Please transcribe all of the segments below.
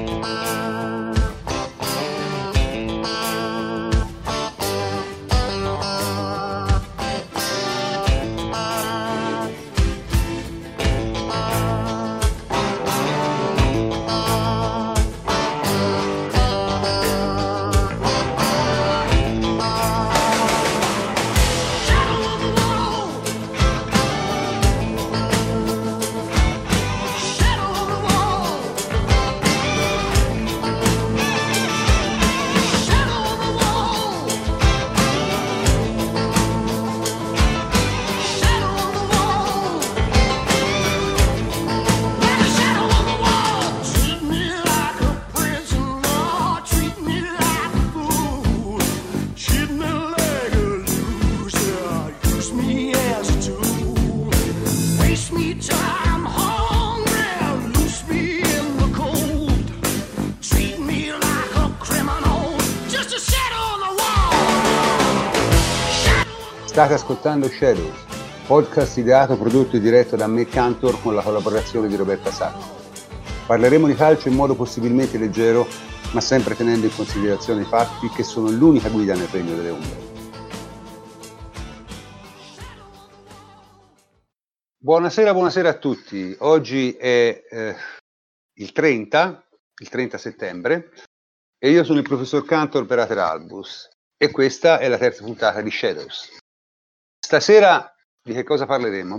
State ascoltando Shadows, podcast ideato, prodotto e diretto da me, Cantor, con la collaborazione di Roberta Sacco. Parleremo di calcio in modo possibilmente leggero, ma sempre tenendo in considerazione i fatti che sono l'unica guida nel regno delle ombre. Buonasera a tutti. Oggi è il 30 settembre e io sono il professor Cantor per Ater Albus e questa è la terza puntata di Shadows. Stasera di che cosa parleremo?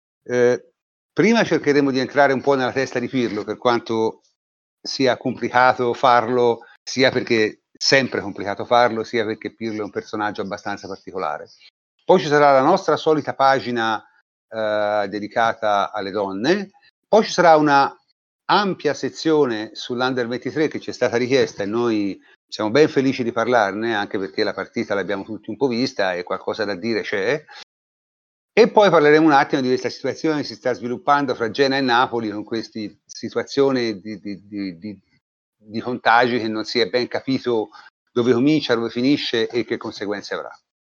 Prima cercheremo di entrare un po' nella testa di Pirlo, per quanto sia complicato farlo, sia perché è sempre complicato farlo, sia perché Pirlo è un personaggio abbastanza particolare. Poi ci sarà la nostra solita pagina dedicata alle donne, poi ci sarà una ampia sezione sull'Under 23 che ci è stata richiesta e noi siamo ben felici di parlarne, anche perché la partita l'abbiamo tutti un po' vista e qualcosa da dire c'è. E poi parleremo un attimo di questa situazione che si sta sviluppando fra Genoa e Napoli, con questa situazione di contagi che non si è ben capito dove comincia, dove finisce e che conseguenze avrà.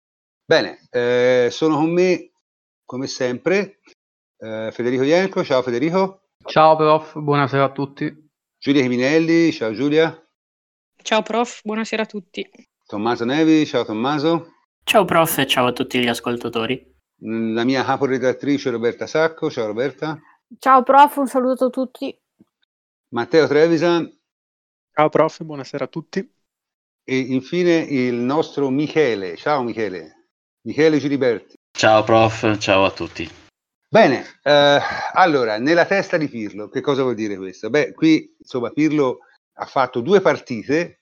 Bene, sono con me, come sempre, Federico Ienco. Ciao Federico. Ciao prof, buonasera a tutti. Giulia Chiminelli. Ciao Giulia. Ciao prof, buonasera a tutti. Tommaso Nevi. Ciao Tommaso. Ciao prof e ciao a tutti gli ascoltatori. La mia caporedattrice Roberta Sacco. Ciao Roberta. Ciao prof, un saluto a tutti. Matteo Trevisan. Ciao prof, buonasera a tutti. E infine il nostro Michele. Ciao Michele. Michele Giliberti. Ciao prof, ciao a tutti. Bene, allora, nella testa di Pirlo, che cosa vuol dire questo? Qui, insomma, Pirlo ha fatto 2 partite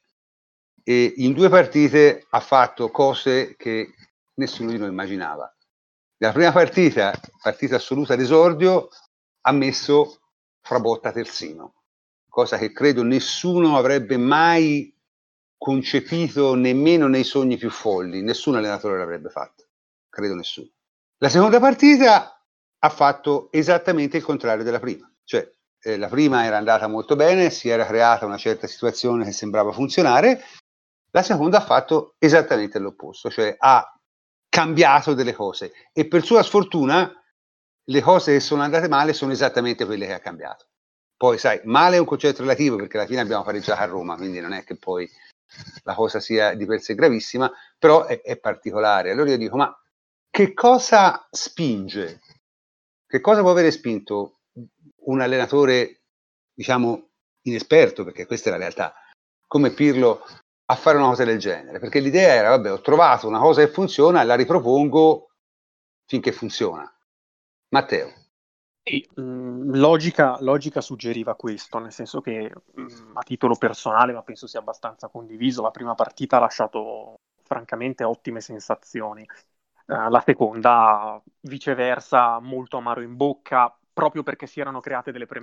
e in 2 partite ha fatto cose che nessuno di noi immaginava. Nella prima partita assoluta d'esordio, ha messo Frabotta terzino, cosa che credo nessuno avrebbe mai concepito, nemmeno nei sogni più folli. Nessun allenatore l'avrebbe fatto, credo nessuno. La seconda partita ha fatto esattamente il contrario della prima, cioè la prima era andata molto bene, si era creata una certa situazione che sembrava funzionare, la seconda ha fatto esattamente l'opposto, cioè ha cambiato delle cose e per sua sfortuna le cose che sono andate male sono esattamente quelle che ha cambiato. Poi sai, male è un concetto relativo perché alla fine abbiamo pareggiato a Roma, quindi non è che poi la cosa sia di per sé gravissima, però è particolare. Allora io dico, ma che cosa spinge? Che cosa può avere spinto un allenatore, diciamo, inesperto, perché questa è la realtà, come Pirlo, a fare una cosa del genere? Perché l'idea era, vabbè, ho trovato una cosa che funziona, la ripropongo finché funziona. Matteo. Sì, logica suggeriva questo, nel senso che a titolo personale, ma penso sia abbastanza condiviso, la prima partita ha lasciato francamente ottime sensazioni. La seconda, viceversa, molto amaro in bocca, proprio perché si erano create delle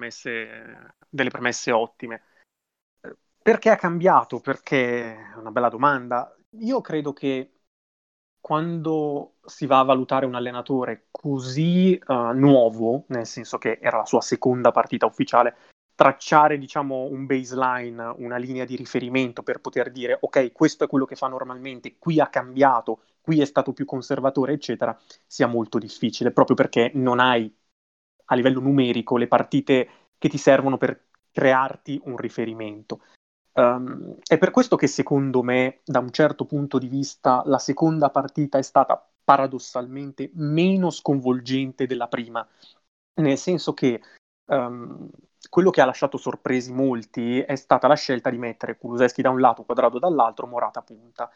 premesse ottime. Perché ha cambiato? Perché è una bella domanda. Io credo che quando si va a valutare un allenatore così nuovo, nel senso che era la sua seconda partita ufficiale, tracciare, diciamo, un baseline, una linea di riferimento per poter dire ok, questo è quello che fa normalmente, qui ha cambiato, qui è stato più conservatore, eccetera, sia molto difficile, proprio perché non hai a livello numerico le partite che ti servono per crearti un riferimento. È per questo che secondo me, da un certo punto di vista, la seconda partita è stata paradossalmente meno sconvolgente della prima, nel senso che quello che ha lasciato sorpresi molti è stata la scelta di mettere Kulusevski da un lato, Quadrado dall'altro, Morata punta,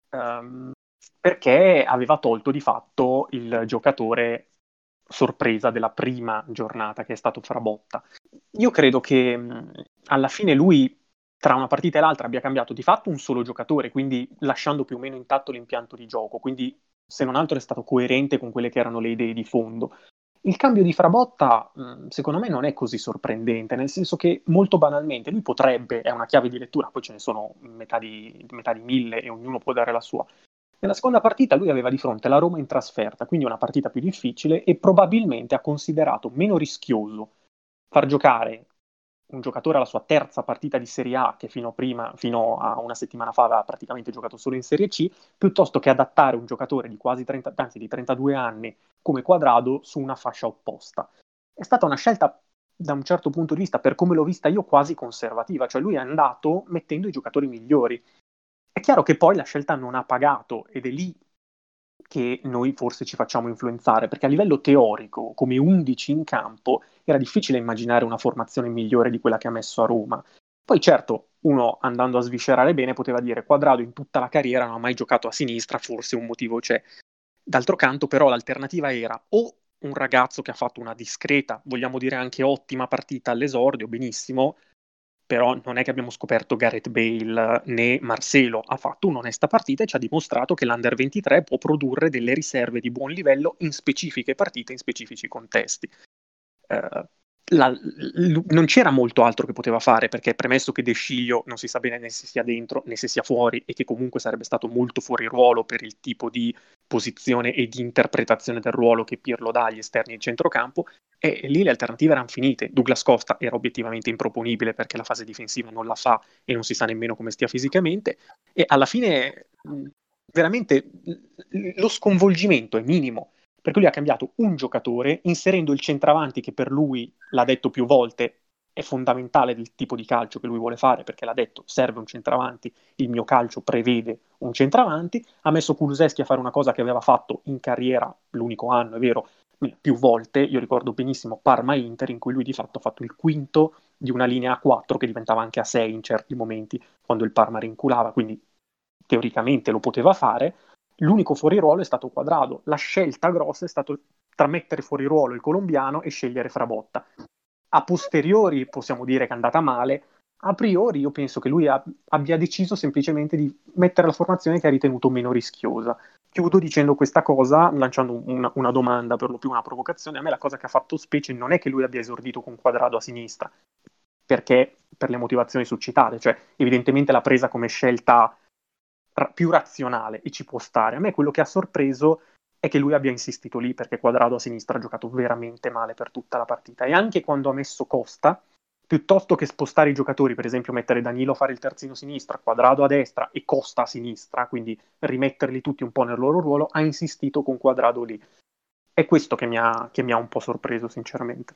perché aveva tolto di fatto il giocatore sorpresa della prima giornata, che è stato Frabotta. Io credo che alla fine lui, tra una partita e l'altra, abbia cambiato di fatto un solo giocatore, quindi lasciando più o meno intatto l'impianto di gioco, quindi se non altro è stato coerente con quelle che erano le idee di fondo. Il cambio di Frabotta, secondo me, non è così sorprendente, nel senso che molto banalmente lui potrebbe, è una chiave di lettura, poi ce ne sono metà di 1000 e ognuno può dare la sua. Nella seconda partita lui aveva di fronte la Roma in trasferta, quindi una partita più difficile, e probabilmente ha considerato meno rischioso far giocare un giocatore alla sua terza partita di Serie A, che fino a una settimana fa aveva praticamente giocato solo in Serie C, piuttosto che adattare un giocatore di quasi 30, anzi di 32 anni come Quadrado su una fascia opposta. È stata una scelta, da un certo punto di vista, per come l'ho vista io, quasi conservativa, cioè lui è andato mettendo i giocatori migliori. È chiaro che poi la scelta non ha pagato, ed è lì che noi forse ci facciamo influenzare, perché a livello teorico, come 11 in campo, era difficile immaginare una formazione migliore di quella che ha messo a Roma. Poi certo, uno andando a sviscerare bene poteva dire Quadrado in tutta la carriera non ha mai giocato a sinistra, forse un motivo c'è. D'altro canto però l'alternativa era o un ragazzo che ha fatto una discreta, vogliamo dire anche ottima partita all'esordio, benissimo, però non è che abbiamo scoperto Gareth Bale né Marcelo, ha fatto un'onesta partita e ci ha dimostrato che l'Under 23 può produrre delle riserve di buon livello in specifiche partite, in specifici contesti. Non c'era molto altro che poteva fare, perché premesso che De Sciglio non si sa bene né se sia dentro né se sia fuori, e che comunque sarebbe stato molto fuori ruolo per il tipo di posizione e di interpretazione del ruolo che Pirlo dà agli esterni in centrocampo, e lì le alternative erano finite. Douglas Costa era obiettivamente improponibile perché la fase difensiva non la fa e non si sa nemmeno come stia fisicamente, e alla fine veramente lo sconvolgimento è minimo, perché lui ha cambiato un giocatore inserendo il centravanti che per lui, l'ha detto più volte, è fondamentale del tipo di calcio che lui vuole fare, perché l'ha detto, serve un centravanti, il mio calcio prevede un centravanti. Ha messo Kulusevski a fare una cosa che aveva fatto in carriera l'unico anno, è vero, più volte. Io ricordo benissimo Parma-Inter, in cui lui di fatto ha fatto il quinto di una linea a 4 che diventava anche a 6 in certi momenti, quando il Parma rinculava, quindi teoricamente lo poteva fare. L'unico fuori ruolo è stato Quadrado. La scelta grossa è stato tra mettere fuori ruolo il colombiano e scegliere Frabotta. A posteriori possiamo dire che è andata male, a priori io penso che lui abbia deciso semplicemente di mettere la formazione che ha ritenuto meno rischiosa. Chiudo dicendo questa cosa, lanciando una domanda, per lo più una provocazione. A me la cosa che ha fatto specie non è che lui abbia esordito con Quadrado a sinistra, perché per le motivazioni suscitate, cioè evidentemente l'ha presa come scelta più razionale e ci può stare. A me quello che ha sorpreso è che lui abbia insistito lì, perché Quadrado a sinistra ha giocato veramente male per tutta la partita, e anche quando ha messo Costa, piuttosto che spostare i giocatori, per esempio mettere Danilo a fare il terzino sinistra, Quadrado a destra e Costa a sinistra, quindi rimetterli tutti un po' nel loro ruolo, ha insistito con Quadrado lì. È questo che mi ha un po' sorpreso, sinceramente.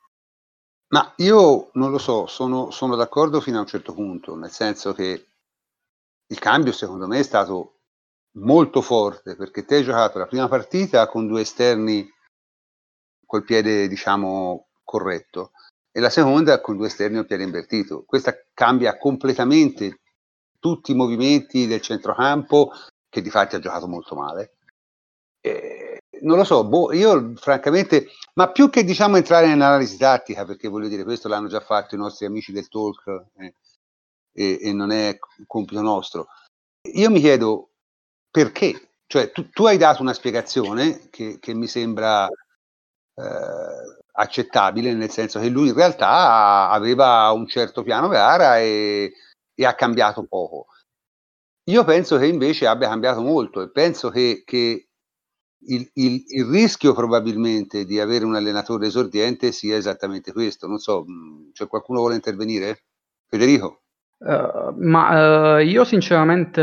Ma io non lo so, sono d'accordo fino a un certo punto, nel senso che il cambio secondo me è stato molto forte, perché te hai giocato la prima partita con due esterni col piede, diciamo, corretto, e la seconda con due esterni al piede invertito. Questa cambia completamente tutti i movimenti del centrocampo, che di fatti ha giocato molto male. Non lo so, io francamente, ma più che diciamo entrare nell'analisi tattica, perché voglio dire, questo l'hanno già fatto i nostri amici del talk, e non è compito nostro. Io mi chiedo perché, cioè tu hai dato una spiegazione che mi sembra accettabile, nel senso che lui in realtà aveva un certo piano gara e ha cambiato poco. Io penso che invece abbia cambiato molto, e penso che il rischio probabilmente di avere un allenatore esordiente sia esattamente questo. Non so, c'è qualcuno vuole intervenire? Federico? Io sinceramente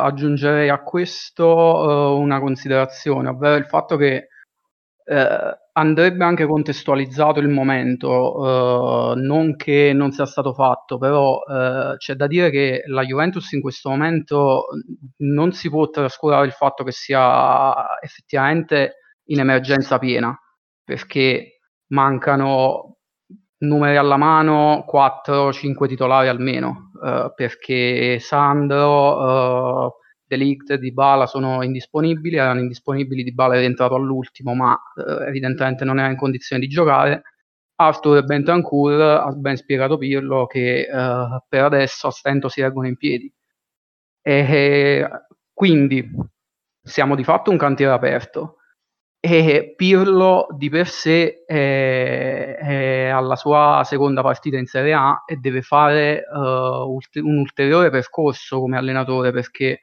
aggiungerei a questo una considerazione, ovvero il fatto che andrebbe anche contestualizzato il momento, non che non sia stato fatto, però c'è da dire che la Juventus in questo momento non si può trascurare il fatto che sia effettivamente in emergenza piena, perché mancano, numeri alla mano, 4-5 titolari almeno, perché Sandro, De Ligt e Dybala sono indisponibili, erano indisponibili, Dybala è rientrato all'ultimo, ma evidentemente non era in condizione di giocare. Arthur e Bentancur, ha ben spiegato Pirlo, che per adesso a stento si reggono in piedi. E quindi siamo di fatto un cantiere aperto. E Pirlo di per sé è alla sua seconda partita in Serie A e deve fare un ulteriore percorso come allenatore, perché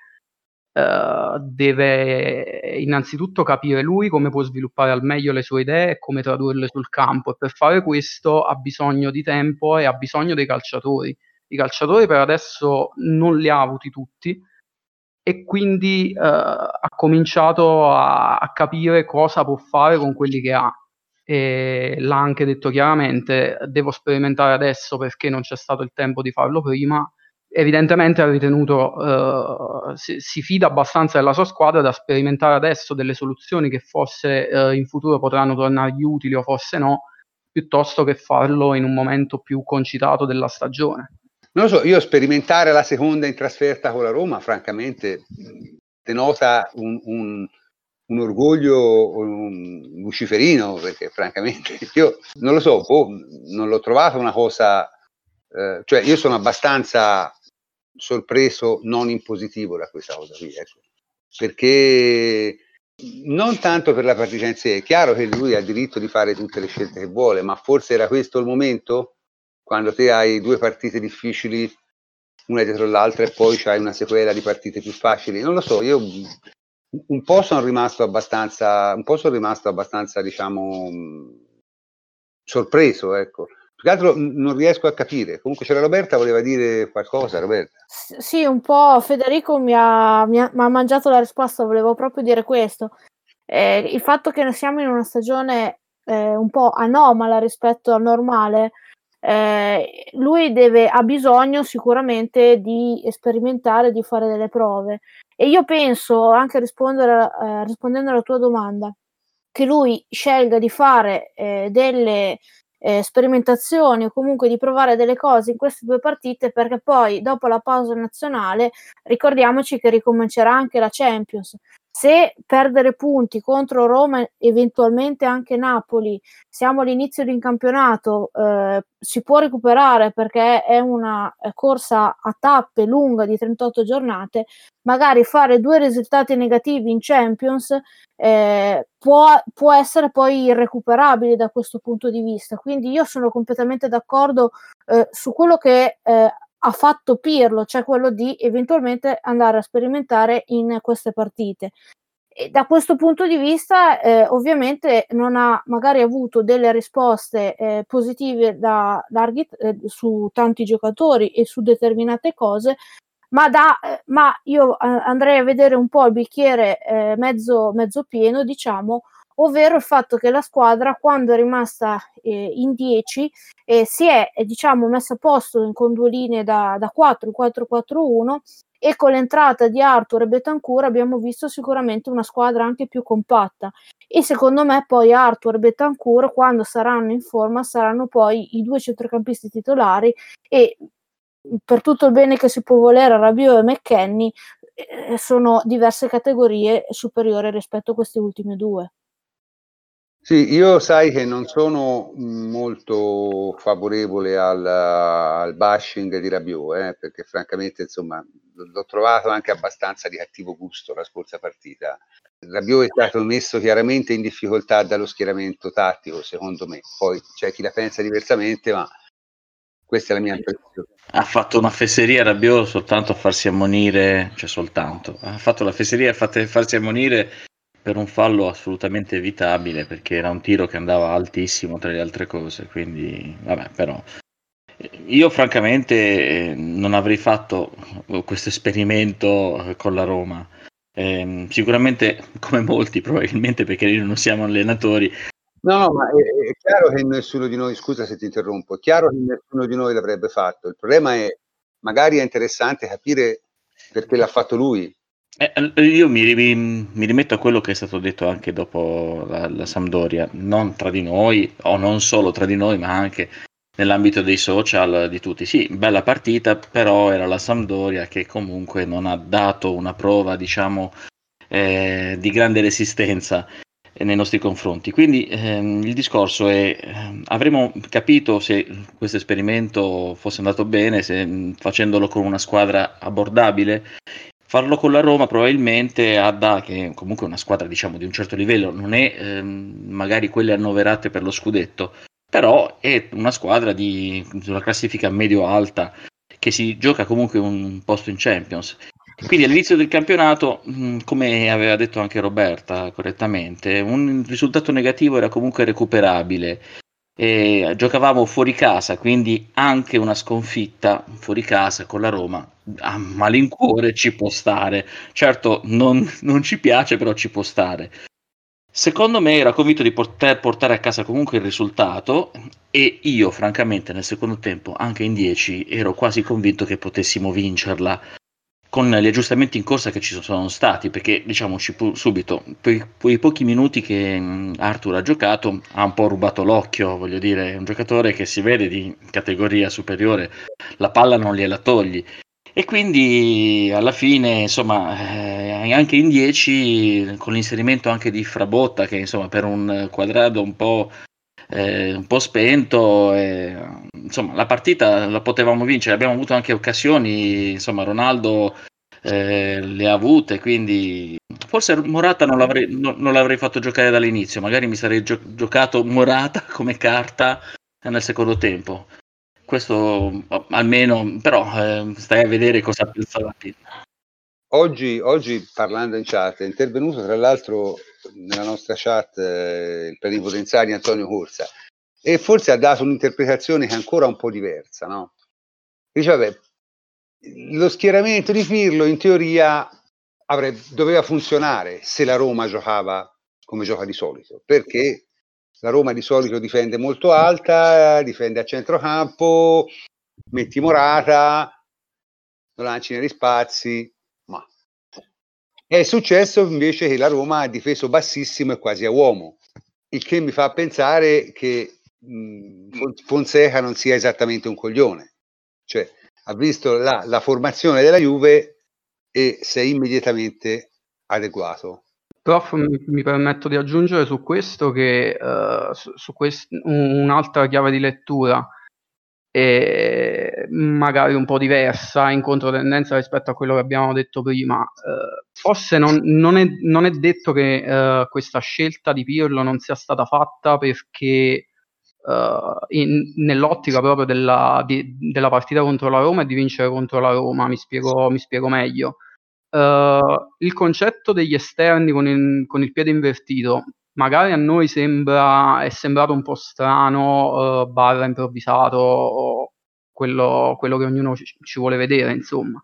deve innanzitutto capire lui come può sviluppare al meglio le sue idee e come tradurle sul campo, e per fare questo ha bisogno di tempo e ha bisogno dei calciatori. I calciatori per adesso non li ha avuti tutti, e quindi ha cominciato a capire cosa può fare con quelli che ha. E l'ha anche detto chiaramente: devo sperimentare adesso perché non c'è stato il tempo di farlo prima. Evidentemente ha ritenuto, si fida abbastanza della sua squadra da sperimentare adesso delle soluzioni che forse in futuro potranno tornargli utili o forse no, piuttosto che farlo in un momento più concitato della stagione. Non lo so, io sperimentare la seconda in trasferta con la Roma, francamente, denota un orgoglio luciferino, perché francamente io non lo so, non l'ho trovata una cosa, cioè io sono abbastanza sorpreso, non in positivo, da questa cosa qui, ecco. Perché non tanto per la partita in sé, è chiaro che lui ha diritto di fare tutte le scelte che vuole, ma forse era questo il momento? Quando te hai due partite difficili una dietro l'altra e poi c'hai una sequela di partite più facili, non lo so, io un po' sono rimasto abbastanza, diciamo, sorpreso, ecco. Più che altro non riesco a capire. Comunque c'era Roberta, voleva dire qualcosa, Roberta? Sì, un po' Federico mi ha mangiato la risposta, volevo proprio dire questo. Il fatto che siamo in una stagione un po' anomala rispetto al normale, lui ha bisogno sicuramente di sperimentare, di fare delle prove, e io penso, anche rispondendo alla tua domanda, che lui scelga di fare delle sperimentazioni o comunque di provare delle cose in queste due partite, perché poi dopo la pausa nazionale ricordiamoci che ricomincerà anche la Champions. Se perdere punti contro Roma, eventualmente anche Napoli, siamo all'inizio di un campionato, si può recuperare perché è una corsa a tappe lunga di 38 giornate, magari fare 2 risultati negativi in Champions può essere poi irrecuperabile da questo punto di vista. Quindi io sono completamente d'accordo su quello che ha fatto Pirlo, cioè quello di eventualmente andare a sperimentare in queste partite. E da questo punto di vista ovviamente non ha magari avuto delle risposte positive su tanti giocatori e su determinate cose, ma io andrei a vedere un po' il bicchiere mezzo pieno, diciamo, ovvero il fatto che la squadra, quando è rimasta in 10, si è diciamo messa a posto con due linee da 4, 4-4-1, e con l'entrata di Arthur e Bentancur abbiamo visto sicuramente una squadra anche più compatta, e secondo me poi Arthur e Bentancur, quando saranno in forma, saranno poi i due centrocampisti titolari, e per tutto il bene che si può volere a Rabiot e McKennie, sono diverse categorie superiori rispetto a questi ultimi due. Sì, io sai che non sono molto favorevole al bashing di Rabiot, perché francamente insomma l'ho trovato anche abbastanza di cattivo gusto la scorsa partita. Rabiot è stato messo chiaramente in difficoltà dallo schieramento tattico, secondo me. Poi c'è chi la pensa diversamente, ma questa è la mia impressione. Ha fatto una fesseria Rabiot soltanto a farsi ammonire, cioè soltanto, ha fatto la fesseria a farsi ammonire per un fallo assolutamente evitabile, perché era un tiro che andava altissimo tra le altre cose, quindi vabbè, però io francamente non avrei fatto questo esperimento con la Roma. Sicuramente come molti probabilmente, perché noi non siamo allenatori, No, ma è chiaro che nessuno di noi, scusa se ti interrompo, è chiaro che nessuno di noi l'avrebbe fatto. Il problema è, magari è interessante capire perché l'ha fatto lui. Io mi rimetto a quello che è stato detto anche dopo la Sampdoria, non tra di noi, o non solo tra di noi, ma anche nell'ambito dei social di tutti. Sì, bella partita, però era la Sampdoria che comunque non ha dato una prova, diciamo, di grande resistenza nei nostri confronti. Quindi il discorso è, avremmo capito se questo esperimento fosse andato bene, se facendolo con una squadra abbordabile. Farlo con la Roma probabilmente che comunque è una squadra, diciamo, di un certo livello, non è magari quelle annoverate per lo scudetto, però è una squadra di una classifica medio-alta che si gioca comunque un posto in Champions. Quindi all'inizio del campionato, come aveva detto anche Roberta correttamente, un risultato negativo era comunque recuperabile. E giocavamo fuori casa, quindi anche una sconfitta fuori casa con la Roma a malincuore ci può stare. Certo, non ci piace, però ci può stare. Secondo me era convinto di poter portare a casa comunque il risultato e io, francamente, nel secondo tempo, anche in 10, ero quasi convinto che potessimo vincerla con gli aggiustamenti in corsa che ci sono stati, perché diciamoci subito, quei pochi minuti che Arthur ha giocato ha un po' rubato l'occhio, voglio dire, è un giocatore che si vede di categoria superiore, la palla non gliela togli. E quindi alla fine, insomma, anche in 10, con l'inserimento anche di Frabotta, che insomma per un Quadrado un po' spento, insomma la partita la potevamo vincere, abbiamo avuto anche occasioni, insomma Ronaldo le ha avute, quindi forse Morata non l'avrei fatto giocare dall'inizio, magari mi sarei giocato Morata come carta nel secondo tempo. Questo almeno, però stai a vedere cosa pensava. Oggi parlando in chat è intervenuto tra l'altro nella nostra chat il plenipotenziario Antonio Corsa e forse ha dato un'interpretazione che è ancora un po' diversa, no? Dice, vabbè, lo schieramento di Pirlo in teoria doveva funzionare se la Roma giocava come gioca di solito, perché la Roma di solito difende molto alta, difende a centrocampo, metti Morata, lo lanci negli spazi, ma è successo invece che la Roma ha difeso bassissimo e quasi a uomo, il che mi fa pensare che Fonseca non sia esattamente un coglione, cioè ha visto la formazione della Juve e si è immediatamente adeguato. Prof, mi permetto di aggiungere su questo che un'altra chiave di lettura, magari un po' diversa, in controtendenza rispetto a quello che abbiamo detto prima. Forse non è detto che questa scelta di Pirlo non sia stata fatta perché nell'ottica proprio della partita contro la Roma e di vincere contro la Roma. Mi spiego meglio. Il concetto degli esterni con il piede invertito magari a noi è sembrato un po' strano, barra improvvisato, o quello che ognuno ci vuole vedere, insomma.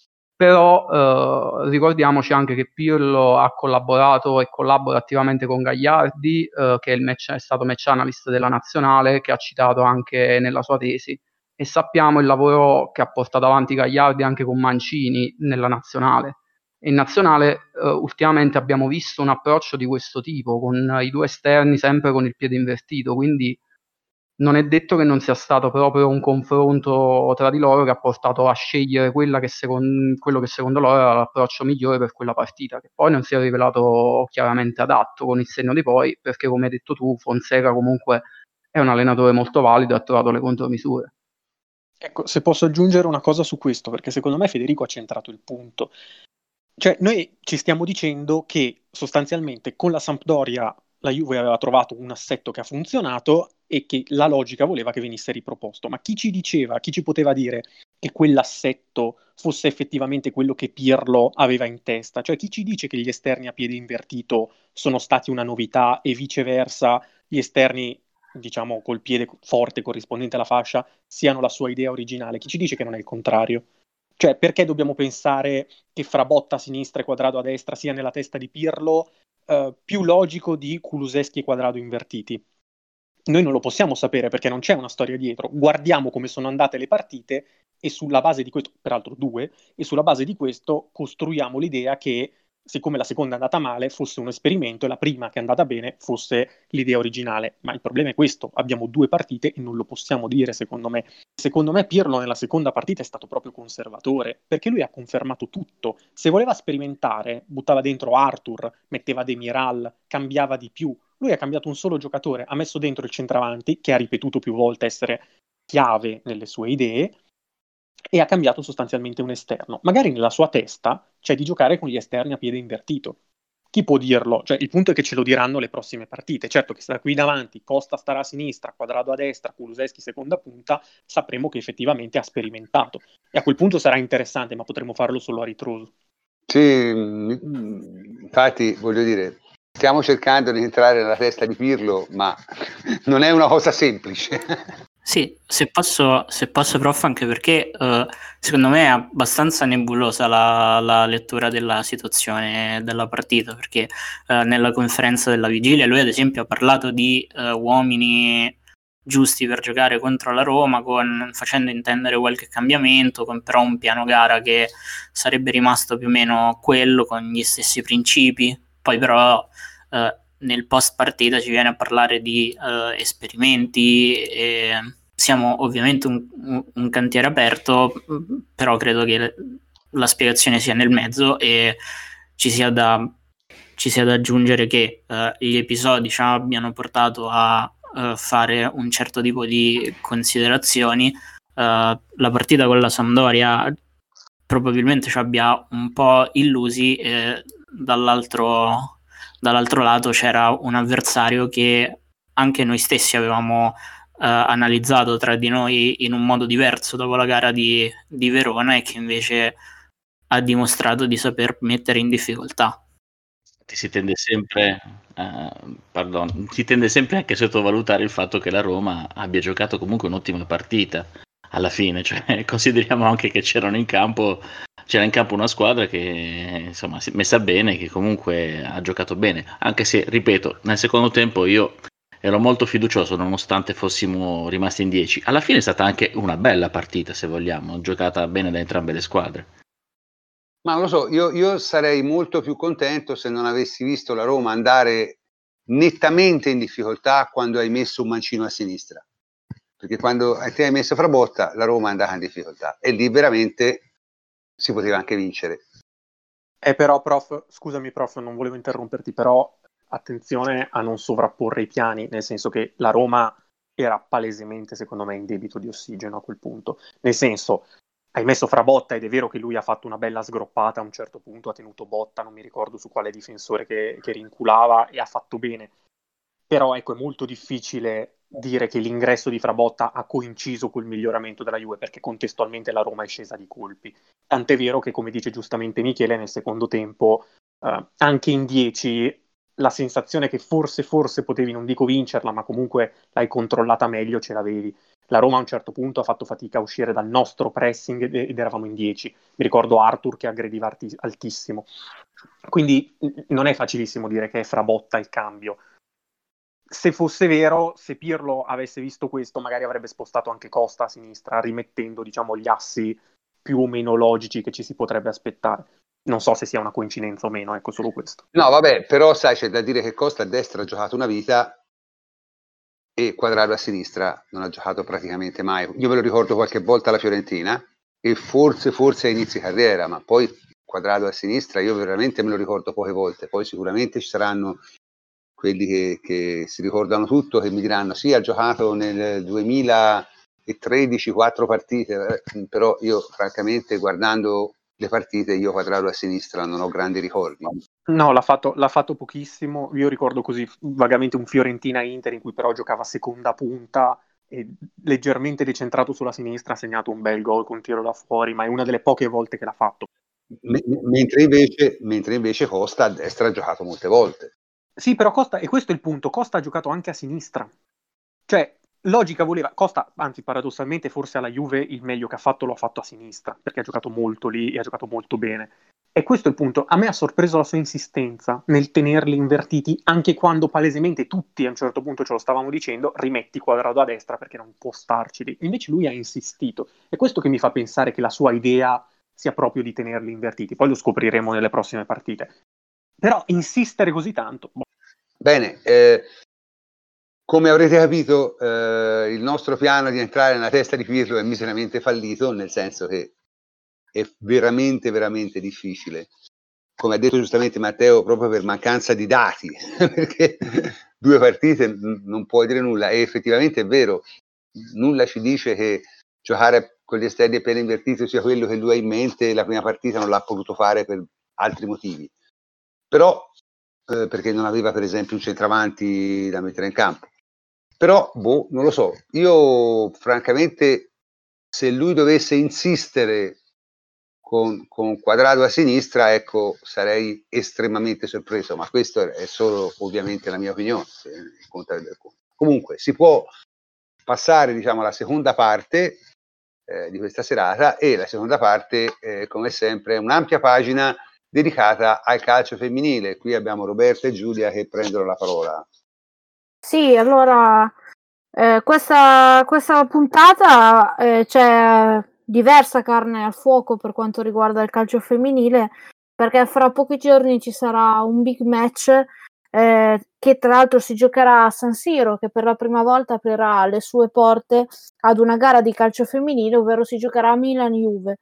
Però ricordiamoci anche che Pirlo ha collaborato e collabora attivamente con Gagliardi, che è stato match analyst della nazionale, che ha citato anche nella sua tesi, e sappiamo il lavoro che ha portato avanti Gagliardi anche con Mancini nella nazionale. E in nazionale ultimamente abbiamo visto un approccio di questo tipo, con i due esterni sempre con il piede invertito, quindi non è detto che non sia stato proprio un confronto tra di loro che ha portato a scegliere quello che secondo loro era l'approccio migliore per quella partita, che poi non si è rivelato chiaramente adatto con il senno di poi, perché come hai detto tu, Fonseca comunque è un allenatore molto valido e ha trovato le contromisure. Ecco, se posso aggiungere una cosa su questo, perché secondo me Federico ha centrato il punto. Cioè, noi ci stiamo dicendo che sostanzialmente con la Sampdoria la Juve aveva trovato un assetto che ha funzionato e che la logica voleva che venisse riproposto. Ma chi ci poteva dire che quell'assetto fosse effettivamente quello che Pirlo aveva in testa? Cioè, chi ci dice che gli esterni a piede invertito sono stati una novità e viceversa gli esterni, diciamo, col piede forte corrispondente alla fascia siano la sua idea originale? Chi ci dice che non è il contrario? Cioè, perché dobbiamo pensare che Frabotta a sinistra e Quadrado a destra sia nella testa di Pirlo più logico di Kulusevski e Quadrado invertiti? Noi non lo possiamo sapere perché non c'è una storia dietro. Guardiamo come sono andate le partite e sulla base di questo, peraltro 2, e sulla base di questo costruiamo l'idea che, siccome la seconda è andata male, fosse un esperimento e la prima che è andata bene fosse l'idea originale. Ma il problema è questo: abbiamo 2 partite e non lo possiamo dire, secondo me. Secondo me Pirlo nella seconda partita è stato proprio conservatore, perché lui ha confermato tutto. Se voleva sperimentare, buttava dentro Arthur, metteva Demiral, cambiava di più. Lui ha cambiato un solo giocatore, ha messo dentro il centravanti, che ha ripetuto più volte essere chiave nelle sue idee, e ha cambiato sostanzialmente un esterno. Magari nella sua testa c'è di giocare con gli esterni a piede invertito. Chi può dirlo? Cioè, il punto è che ce lo diranno le prossime partite. Certo che sarà qui davanti, Costa starà a sinistra, Quadrado a destra, Kulusevski seconda punta, sapremo che effettivamente ha sperimentato. E a quel punto sarà interessante, ma potremo farlo solo a ritroso. Sì, infatti voglio dire, stiamo cercando di entrare nella testa di Pirlo, ma non è una cosa semplice. Sì, se posso prof, anche perché secondo me è abbastanza nebulosa la lettura della situazione della partita, perché nella conferenza della vigilia lui ad esempio ha parlato di uomini giusti per giocare contro la Roma, facendo intendere qualche cambiamento, con però un piano gara che sarebbe rimasto più o meno quello, con gli stessi principi. Poi però nel post partita ci viene a parlare di esperimenti e siamo ovviamente un cantiere aperto, però credo che la spiegazione sia nel mezzo e ci sia da aggiungere che gli episodi ci abbiano portato a fare un certo tipo di considerazioni. La partita con la Sampdoria probabilmente ci abbia un po' illusi, e dall'altro lato c'era un avversario che anche noi stessi avevamo analizzato tra di noi in un modo diverso dopo la gara di Verona, e che invece ha dimostrato di saper mettere in difficoltà. Si tende sempre anche a sottovalutare il fatto che la Roma abbia giocato comunque un'ottima partita alla fine, cioè consideriamo anche che c'era in campo una squadra che insomma si è messa bene, che comunque ha giocato bene, anche se, ripeto, nel secondo tempo io ero molto fiducioso nonostante fossimo rimasti in 10. Alla fine è stata anche una bella partita, se vogliamo, giocata bene da entrambe le squadre. Ma non lo so, io sarei molto più contento se non avessi visto la Roma andare nettamente in difficoltà quando hai messo un mancino a sinistra, perché quando ti hai messo Frabotta la Roma è andata in difficoltà e lì veramente si poteva anche vincere. Però scusami prof, non volevo interromperti, però attenzione a non sovrapporre i piani, nel senso che la Roma era palesemente, secondo me, in debito di ossigeno a quel punto. Nel senso, hai messo Frabotta ed è vero che lui ha fatto una bella sgroppata a un certo punto, ha tenuto botta, non mi ricordo su quale difensore che rinculava, e ha fatto bene. Però ecco, è molto difficile dire che l'ingresso di Frabotta ha coinciso col miglioramento della Juve, perché contestualmente la Roma è scesa di colpi. Tant'è vero che, come dice giustamente Michele, nel secondo tempo, anche in 10, la sensazione che forse potevi, non dico vincerla, ma comunque l'hai controllata meglio, ce l'avevi. La Roma a un certo punto ha fatto fatica a uscire dal nostro pressing ed eravamo in 10. Mi ricordo Arthur che aggrediva altissimo. Quindi non è facilissimo dire che è Frabotta il cambio. Se fosse vero, se Pirlo avesse visto questo, magari avrebbe spostato anche Costa a sinistra, rimettendo, diciamo, gli assi più o meno logici che ci si potrebbe aspettare. Non so se sia una coincidenza o meno, ecco, solo questo. No, vabbè, però sai, c'è da dire che Costa a destra ha giocato una vita e Quadrado a sinistra non ha giocato praticamente mai. Io me lo ricordo qualche volta alla Fiorentina e forse a inizio carriera, ma poi Quadrado a sinistra io veramente me lo ricordo poche volte. Poi sicuramente ci saranno quelli che si ricordano tutto, che mi diranno sì, ha giocato nel 2013 4 partite, però io francamente guardando le partite io Quadrado a sinistra non ho grandi ricordi. No, l'ha fatto pochissimo. Io ricordo così vagamente un Fiorentina-Inter in cui però giocava seconda punta e leggermente decentrato sulla sinistra, ha segnato un bel gol con tiro da fuori, ma è una delle poche volte che l'ha fatto. Mentre invece Costa a destra ha giocato molte volte. Sì, però Costa, e questo è il punto, Costa ha giocato anche a sinistra. Cioè, logica voleva, Costa, anzi paradossalmente forse alla Juve il meglio che ha fatto lo ha fatto a sinistra, perché ha giocato molto lì e ha giocato molto bene. E questo è il punto. A me ha sorpreso la sua insistenza nel tenerli invertiti, anche quando palesemente tutti a un certo punto ce lo stavamo dicendo, rimetti Quadrado a destra perché non può starci lì. Invece lui ha insistito. È questo che mi fa pensare che la sua idea sia proprio di tenerli invertiti. Poi lo scopriremo nelle prossime partite. Però insistere così tanto... Bene, come avrete capito, il nostro piano di entrare nella testa di Pirlo è miseramente fallito, nel senso che è veramente, veramente difficile. Come ha detto giustamente Matteo, proprio per mancanza di dati, perché 2 partite non puoi dire nulla. E effettivamente è vero, nulla ci dice che giocare con gli esterni appena invertiti sia quello che lui ha in mente. La prima partita non l'ha potuto fare per altri motivi. Però, perché non aveva per esempio un centravanti da mettere in campo. Però, non lo so, io francamente, se lui dovesse insistere con Quadrado a sinistra, ecco, sarei estremamente sorpreso, ma questo è solo ovviamente la mia opinione. Comunque, si può passare, diciamo, alla seconda parte di questa serata, e la seconda parte, come sempre, è un'ampia pagina dedicata al calcio femminile. Qui abbiamo Roberta e Giulia che prendono la parola. Sì, allora questa puntata c'è diversa carne al fuoco per quanto riguarda il calcio femminile, perché fra pochi giorni ci sarà un big match che tra l'altro si giocherà a San Siro, che per la prima volta aprirà le sue porte ad una gara di calcio femminile, ovvero si giocherà a Milan-Juve.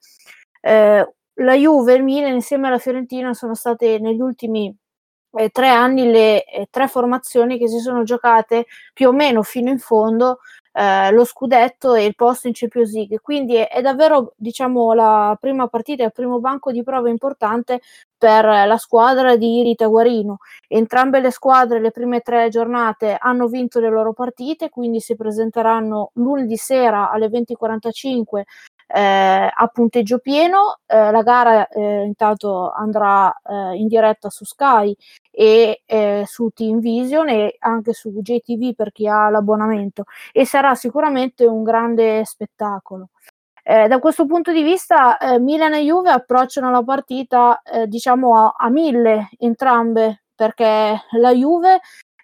La Juve e il Milan insieme alla Fiorentina sono state negli ultimi 3 anni le 3 formazioni che si sono giocate più o meno fino in fondo lo scudetto e il posto in Champions League, quindi è davvero, diciamo, la prima partita, il primo banco di prova importante per la squadra di Rita Guarino. Entrambe le squadre le prime 3 giornate hanno vinto le loro partite, quindi si presenteranno lunedì sera alle 20:45 a punteggio pieno. La gara intanto andrà in diretta su Sky e su TeamVision e anche su JTV per chi ha l'abbonamento, e sarà sicuramente un grande spettacolo. Da questo punto di vista Milan e Juve approcciano la partita diciamo a 1000 entrambe, perché la Juve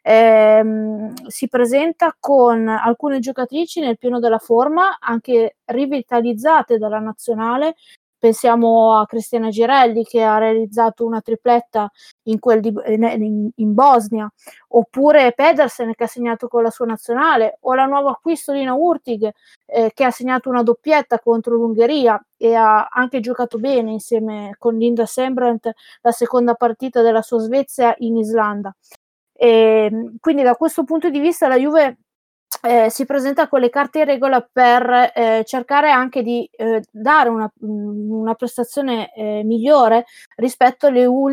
si presenta con alcune giocatrici nel pieno della forma, anche rivitalizzate dalla nazionale. Pensiamo a Cristiana Girelli, che ha realizzato una tripletta in Bosnia, oppure Pedersen, che ha segnato con la sua nazionale, o la nuova acquisto Lina Hurtig, che ha segnato una doppietta contro l'Ungheria e ha anche giocato bene insieme con Linda Sembrant la seconda partita della sua Svezia in Islanda. Quindi da questo punto di vista la Juve si presenta con le carte in regola per cercare anche di dare una prestazione migliore rispetto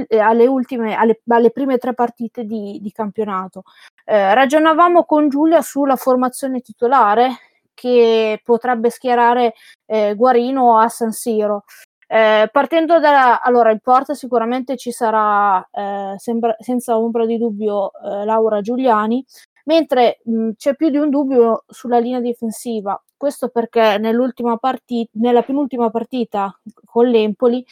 alle prime 3 partite di campionato. Ragionavamo con Giulia sulla formazione titolare che potrebbe schierare Guarino a San Siro. Partendo allora in porta sicuramente ci sarà senza ombra di dubbio Laura Giuliani, mentre c'è più di un dubbio sulla linea difensiva. Questo perché nella penultima partita con l'Empoli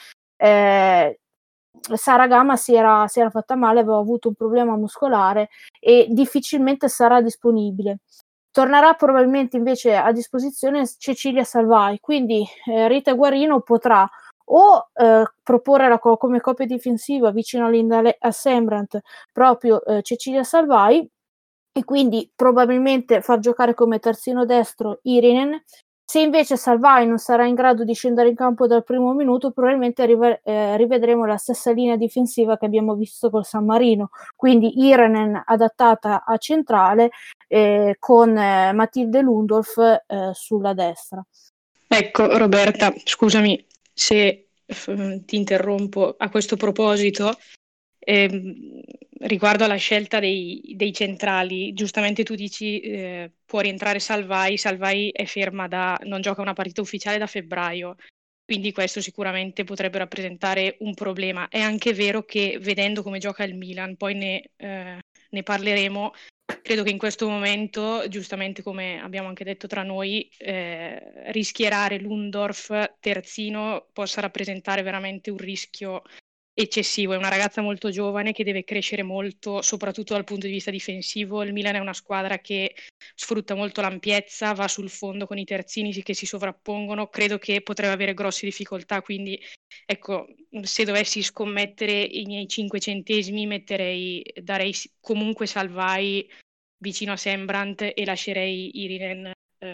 Sara Gama si era fatta male, aveva avuto un problema muscolare e difficilmente sarà disponibile. Tornerà probabilmente invece a disposizione Cecilia Salvai, quindi Rita Guarino potrà o proporre come coppia difensiva vicino a Linda Sembrant proprio Cecilia Salvai, e quindi probabilmente far giocare come terzino destro Irinen. Se invece Salvai non sarà in grado di scendere in campo dal primo minuto, probabilmente rivedremo la stessa linea difensiva che abbiamo visto col San Marino, quindi Irenen adattata a centrale con Matilde Lundolf sulla destra. Ecco Roberta, scusami se ti interrompo a questo proposito. Riguardo alla scelta dei centrali, giustamente tu dici può rientrare Salvai è ferma non gioca una partita ufficiale da febbraio, quindi questo sicuramente potrebbe rappresentare un problema. È anche vero che vedendo come gioca il Milan, poi ne parleremo, Credo che in questo momento, giustamente come abbiamo anche detto tra noi, rischierare Lundorf terzino possa rappresentare veramente un rischio eccessivo. È una ragazza molto giovane che deve crescere molto, soprattutto dal punto di vista difensivo. Il Milan è una squadra che sfrutta molto l'ampiezza, va sul fondo con i terzini che si sovrappongono. Credo che potrebbe avere grosse difficoltà, quindi ecco, se dovessi scommettere i miei 5 centesimi, darei comunque Salvai vicino a Sembrant e lascerei Irinen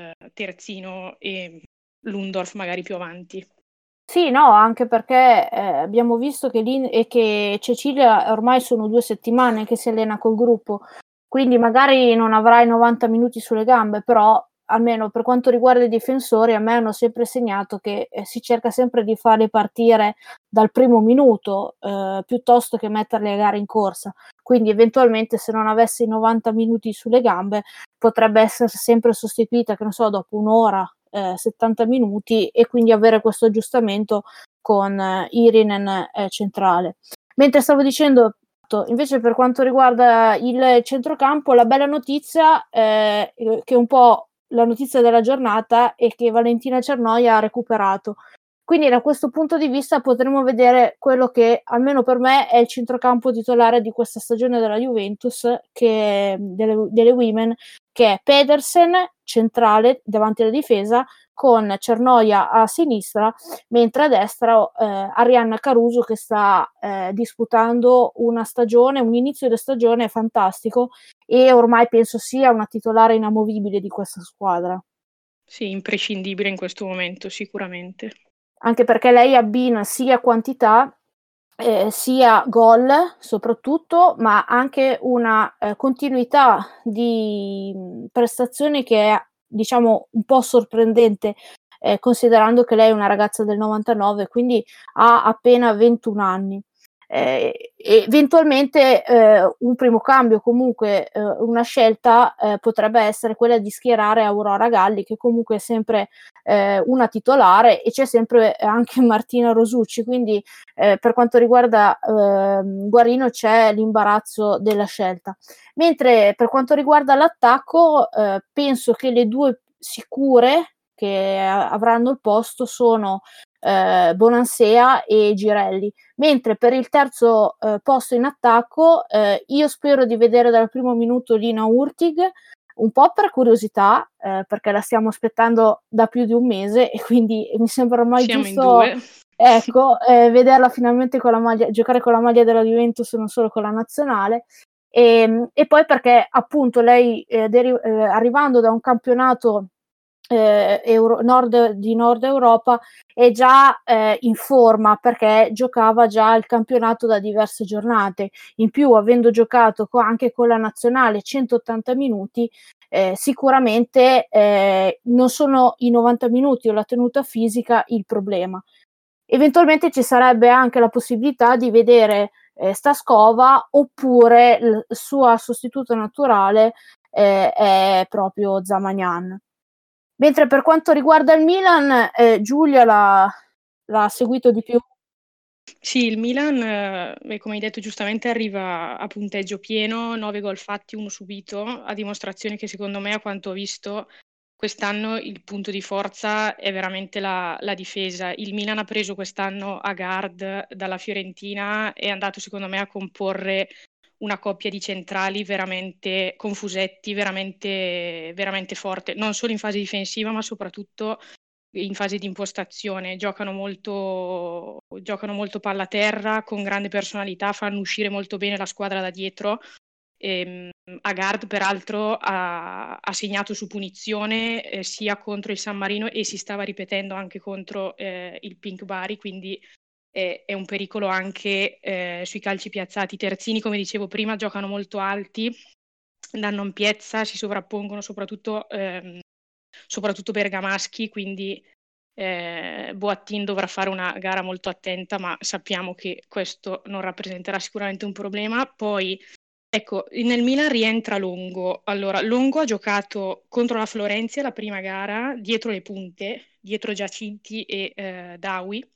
terzino e Lundorf magari più avanti. Sì, no, anche perché abbiamo visto che Cecilia ormai sono 2 settimane che si allena col gruppo, quindi magari non avrai 90 minuti sulle gambe, però almeno per quanto riguarda i difensori a me hanno sempre segnato che si cerca sempre di farli partire dal primo minuto piuttosto che metterli a gara in corsa, quindi eventualmente se non avessi i 90 minuti sulle gambe potrebbe essere sempre sostituita, che non so, dopo un'ora, 70 minuti, e quindi avere questo aggiustamento con Irinen centrale. Mentre stavo dicendo, invece per quanto riguarda il centrocampo, la bella notizia, che è un po' la notizia della giornata, è che Valentina Cernoia ha recuperato. Quindi da questo punto di vista potremo vedere quello che, almeno per me, è il centrocampo titolare di questa stagione della Juventus, delle Women, che è Pedersen centrale davanti alla difesa, con Cernoia a sinistra, mentre a destra Arianna Caruso, che sta disputando un inizio di stagione fantastico, e ormai penso sia una titolare inamovibile di questa squadra. Sì, imprescindibile in questo momento, sicuramente. Anche perché lei abbina sia quantità sia gol soprattutto, ma anche una continuità di prestazioni che è, diciamo, un po' sorprendente, considerando che lei è una ragazza del 99, quindi ha appena 21 anni. Eventualmente un primo cambio, comunque una scelta potrebbe essere quella di schierare Aurora Galli, che comunque è sempre una titolare, e c'è sempre anche Martina Rosucci, quindi per quanto riguarda Guarino c'è l'imbarazzo della scelta. Mentre per quanto riguarda l'attacco, penso che le due sicure che avranno il posto sono Bonansea e Girelli, mentre per il terzo posto in attacco io spero di vedere dal primo minuto Lina Hurtig, un po' per curiosità, perché la stiamo aspettando da più di un mese e quindi mi sembra ormai Siamo giusto, in 2. ecco, vederla finalmente con la maglia, giocare con la maglia della Juventus, non solo con la nazionale. E poi perché appunto lei arrivando da un campionato di Nord Europa è già in forma, perché giocava già il campionato da diverse giornate, in più avendo giocato anche con la nazionale 180 minuti, sicuramente non sono i 90 minuti o la tenuta fisica il problema. Eventualmente ci sarebbe anche la possibilità di vedere Staskova, oppure il suo sostituto naturale è proprio Zamagnan. Mentre per quanto riguarda il Milan, Giulia l'ha seguito di più. Sì, il Milan, come hai detto giustamente, arriva a punteggio pieno, 9 gol fatti, 1 subito, a dimostrazione che secondo me, a quanto ho visto, quest'anno il punto di forza è veramente la difesa. Il Milan ha preso quest'anno Agard dalla Fiorentina, è andato secondo me a comporre una coppia di centrali veramente confusetti, veramente, veramente forte, non solo in fase difensiva ma soprattutto in fase di impostazione. Giocano molto palla a terra, con grande personalità, fanno uscire molto bene la squadra da dietro. Agard peraltro ha segnato su punizione sia contro il San Marino e si stava ripetendo anche contro il Pink Bari, quindi è un pericolo anche sui calci piazzati. I terzini, come dicevo prima, giocano molto alti, danno ampiezza, si sovrappongono soprattutto bergamaschi, quindi Boattin dovrà fare una gara molto attenta, ma sappiamo che questo non rappresenterà sicuramente un problema. Poi ecco, nel Milan rientra Longo. Allora, Longo ha giocato contro la Florenzi la prima gara dietro le punte, dietro Giacinti e Dawi,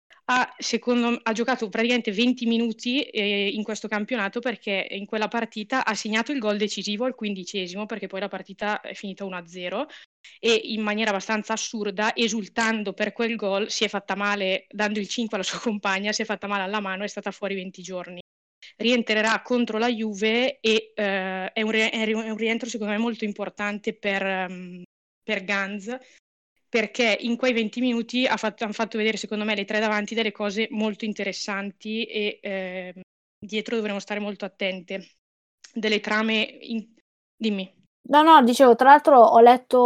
ha giocato praticamente 20 minuti in questo campionato, perché in quella partita ha segnato il gol decisivo al 15°, perché poi la partita è finita 1-0, e in maniera abbastanza assurda, esultando per quel gol, si è fatta male dando il 5 alla sua compagna, si è fatta male alla mano, è stata fuori 20 giorni. Rientrerà contro la Juve e è un rientro secondo me molto importante per Ganz, perché in quei 20 minuti hanno fatto vedere secondo me le tre davanti delle cose molto interessanti, e dietro dovremo stare molto attente. Delle trame... Dimmi. No, dicevo, tra l'altro ho letto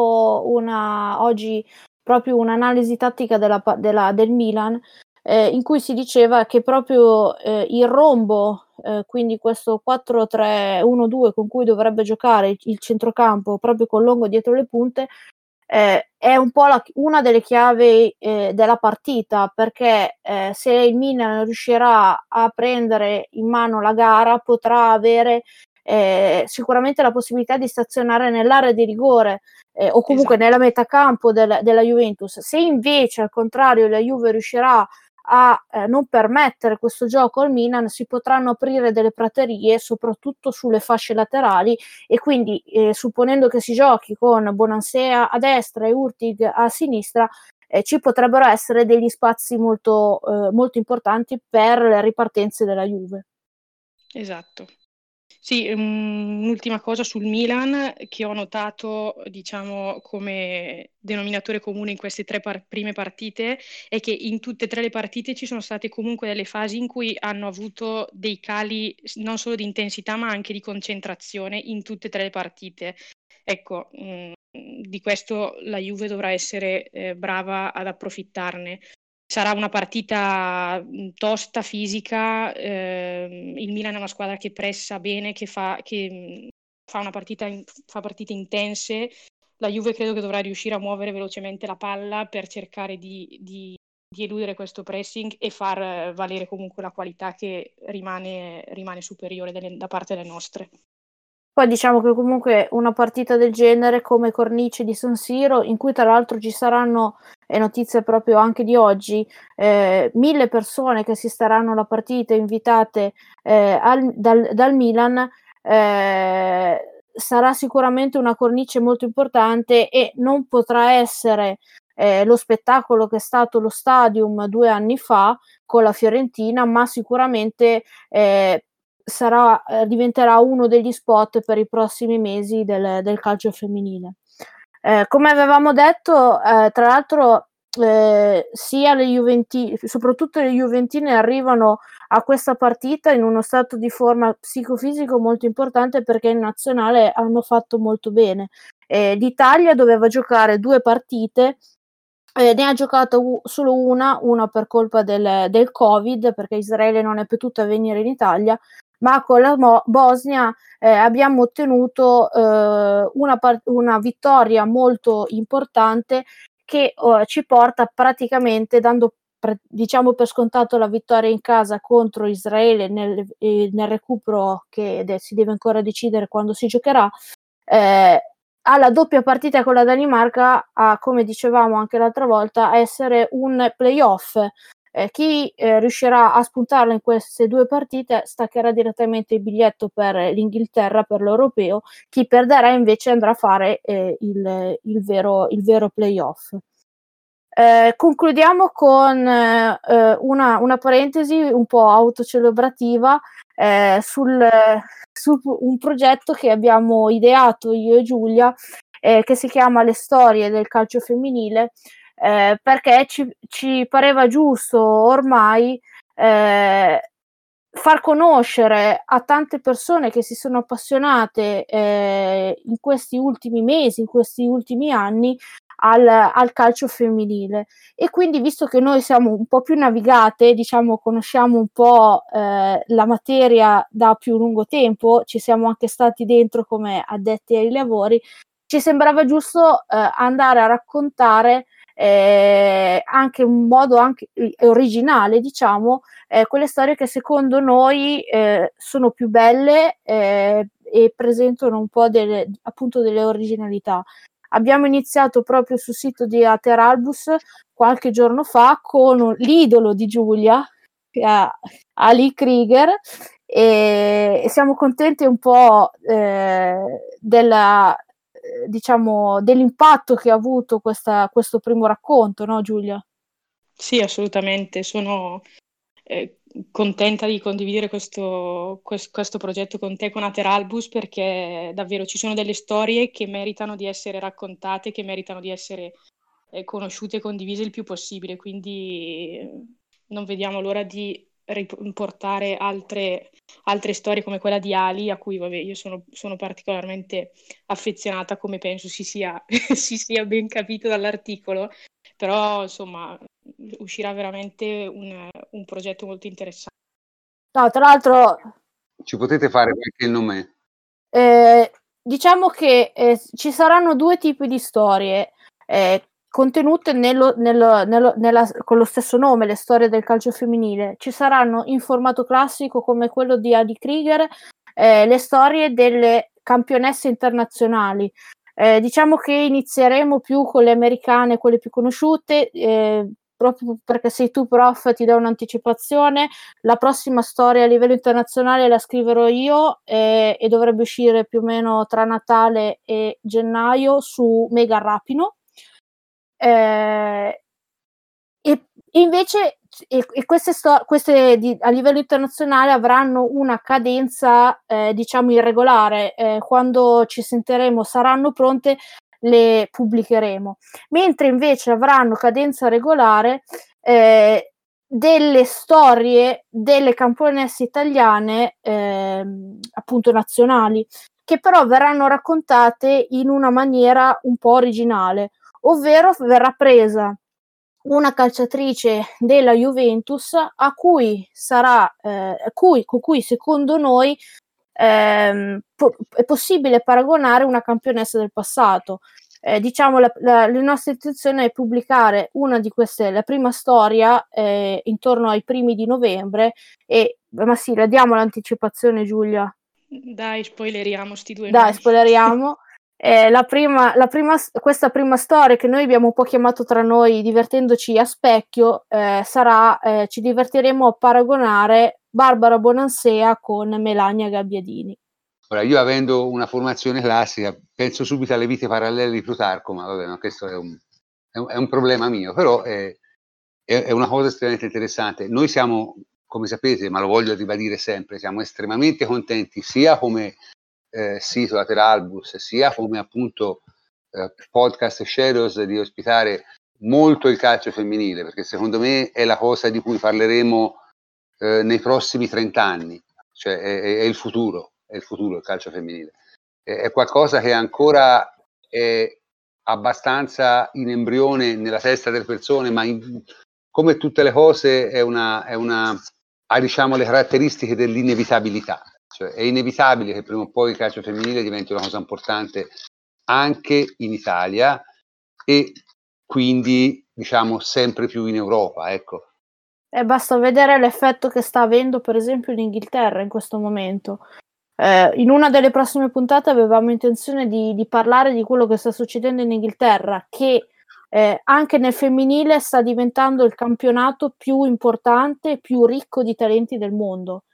oggi proprio un'analisi tattica del Milan, in cui si diceva che proprio il rombo, quindi questo 4-3-1-2 con cui dovrebbe giocare il centrocampo, proprio con Longo dietro le punte, è un po' una delle chiavi della partita, perché se il Milan riuscirà a prendere in mano la gara, potrà avere sicuramente la possibilità di stazionare nell'area di rigore o comunque nella metà campo della Juventus. Se invece al contrario la Juve riuscirà a non permettere questo gioco al Milan, si potranno aprire delle praterie soprattutto sulle fasce laterali, e quindi supponendo che si giochi con Bonansea a destra e Hurtig a sinistra, ci potrebbero essere degli spazi molto, molto importanti per le ripartenze della Juve. Esatto. Sì, un'ultima cosa sul Milan che ho notato, diciamo, come denominatore comune in queste tre prime partite, è che in tutte e tre le partite ci sono state comunque delle fasi in cui hanno avuto dei cali non solo di intensità ma anche di concentrazione in tutte e tre le partite. Ecco, di questo la Juve dovrà essere brava ad approfittarne. Sarà una partita tosta, fisica, il Milan è una squadra che pressa bene, che fa partite intense. La Juve credo che dovrà riuscire a muovere velocemente la palla per cercare di eludere questo pressing e far valere comunque la qualità che rimane superiore da parte delle nostre. Poi diciamo che comunque una partita del genere come cornice di San Siro, in cui tra l'altro ci saranno, notizie proprio anche di oggi, 1000 persone che assisteranno alla partita invitate dal Milan, sarà sicuramente una cornice molto importante e non potrà essere lo spettacolo che è stato lo Stadium 2 anni fa con la Fiorentina, ma sicuramente diventerà uno degli spot per i prossimi mesi del calcio femminile. Come avevamo detto, tra l'altro sia le Juventine, soprattutto le Juventine, arrivano a questa partita in uno stato di forma psicofisico molto importante, perché in nazionale hanno fatto molto bene. L'Italia doveva giocare 2 partite, ne ha giocato solo una per colpa del Covid, perché Israele non è potuta venire in Italia, ma con la Bosnia abbiamo ottenuto una vittoria molto importante che ci porta praticamente, diciamo per scontato la vittoria in casa contro Israele nel recupero che si deve ancora decidere quando si giocherà, alla doppia partita con la Danimarca, come dicevamo anche l'altra volta, a essere un playoff. Chi riuscirà a spuntarla in queste 2 partite staccherà direttamente il biglietto per l'Inghilterra, per l'Europeo. Chi perderà invece andrà a fare il vero playoff. Concludiamo con una parentesi un po' autocelebrativa su un progetto che abbiamo ideato io e Giulia, che si chiama Le storie del calcio femminile, perché ci pareva giusto ormai far conoscere a tante persone che si sono appassionate in questi ultimi mesi, in questi ultimi anni al calcio femminile. E quindi, visto che noi siamo un po' più navigate, diciamo, conosciamo un po' la materia da più lungo tempo, ci siamo anche stati dentro come addetti ai lavori, ci sembrava giusto andare a raccontare anche in un modo anche originale, diciamo, quelle storie che secondo noi sono più belle e presentano un po' delle originalità. abbiamo iniziato proprio sul sito di Ater Albus qualche giorno fa con l'idolo di Giulia, Ali Krieger, e siamo contenti un po' dell'impatto che ha avuto questo primo racconto, no Giulia? Sì, assolutamente, sono contenta di condividere questo progetto con te, con Ater Albus, perché davvero ci sono delle storie che meritano di essere raccontate, che meritano di essere conosciute e condivise il più possibile, quindi non vediamo l'ora di riportare altre storie come quella di Ali, a cui io sono particolarmente affezionata, come penso si sia ben capito dall'articolo, però insomma uscirà veramente un progetto molto interessante. No, tra l'altro ci potete fare qualche nome? Diciamo che ci saranno due tipi di storie contenute con lo stesso nome, le storie del calcio femminile. Ci saranno in formato classico come quello di Ali Krieger le storie delle campionesse internazionali. Diciamo che inizieremo più con le americane, quelle più conosciute, proprio perché sei tu prof, ti do un'anticipazione. La prossima storia a livello internazionale la scriverò io e dovrebbe uscire più o meno tra Natale e gennaio su Mega Rapino. E invece queste a livello internazionale avranno una cadenza diciamo irregolare, quando ci sentiremo saranno pronte le pubblicheremo, mentre invece avranno cadenza regolare delle storie delle campionesse italiane appunto nazionali, che però verranno raccontate in una maniera un po' originale, ovvero verrà presa una calciatrice della Juventus con cui secondo noi è possibile paragonare una campionessa del passato. Diciamo la nostra intenzione è pubblicare una di queste, la prima storia intorno ai primi di novembre, ma sì, la diamo l'anticipazione, Giulia? Dai, spoileriamo sti due Dai, nomi. spoileriamo. Questa prima storia, che noi abbiamo un po' chiamato tra noi divertendoci a specchio, ci divertiremo a paragonare Barbara Bonansea con Melania Gabbiadini. Ora, io avendo una formazione classica penso subito alle vite parallele di Plutarco, ma vabbè, no, questo è un problema mio, però è una cosa estremamente interessante. Noi siamo, come sapete, ma lo voglio ribadire sempre, siamo estremamente contenti sia come sito Ater Albus, sia come appunto podcast Shadows, di ospitare molto il calcio femminile, perché secondo me è la cosa di cui parleremo nei prossimi 30 anni, cioè è il futuro, il calcio femminile. È qualcosa che ancora è abbastanza in embrione nella testa delle persone, ma come tutte le cose ha diciamo le caratteristiche dell'inevitabilità. Cioè, è inevitabile che prima o poi il calcio femminile diventi una cosa importante anche in Italia e quindi diciamo sempre più in Europa, ecco. Basta vedere l'effetto che sta avendo per esempio l'Inghilterra in questo momento. In una delle prossime puntate avevamo intenzione di parlare di quello che sta succedendo in Inghilterra, che anche nel femminile sta diventando il campionato più importante e più ricco di talenti del mondo,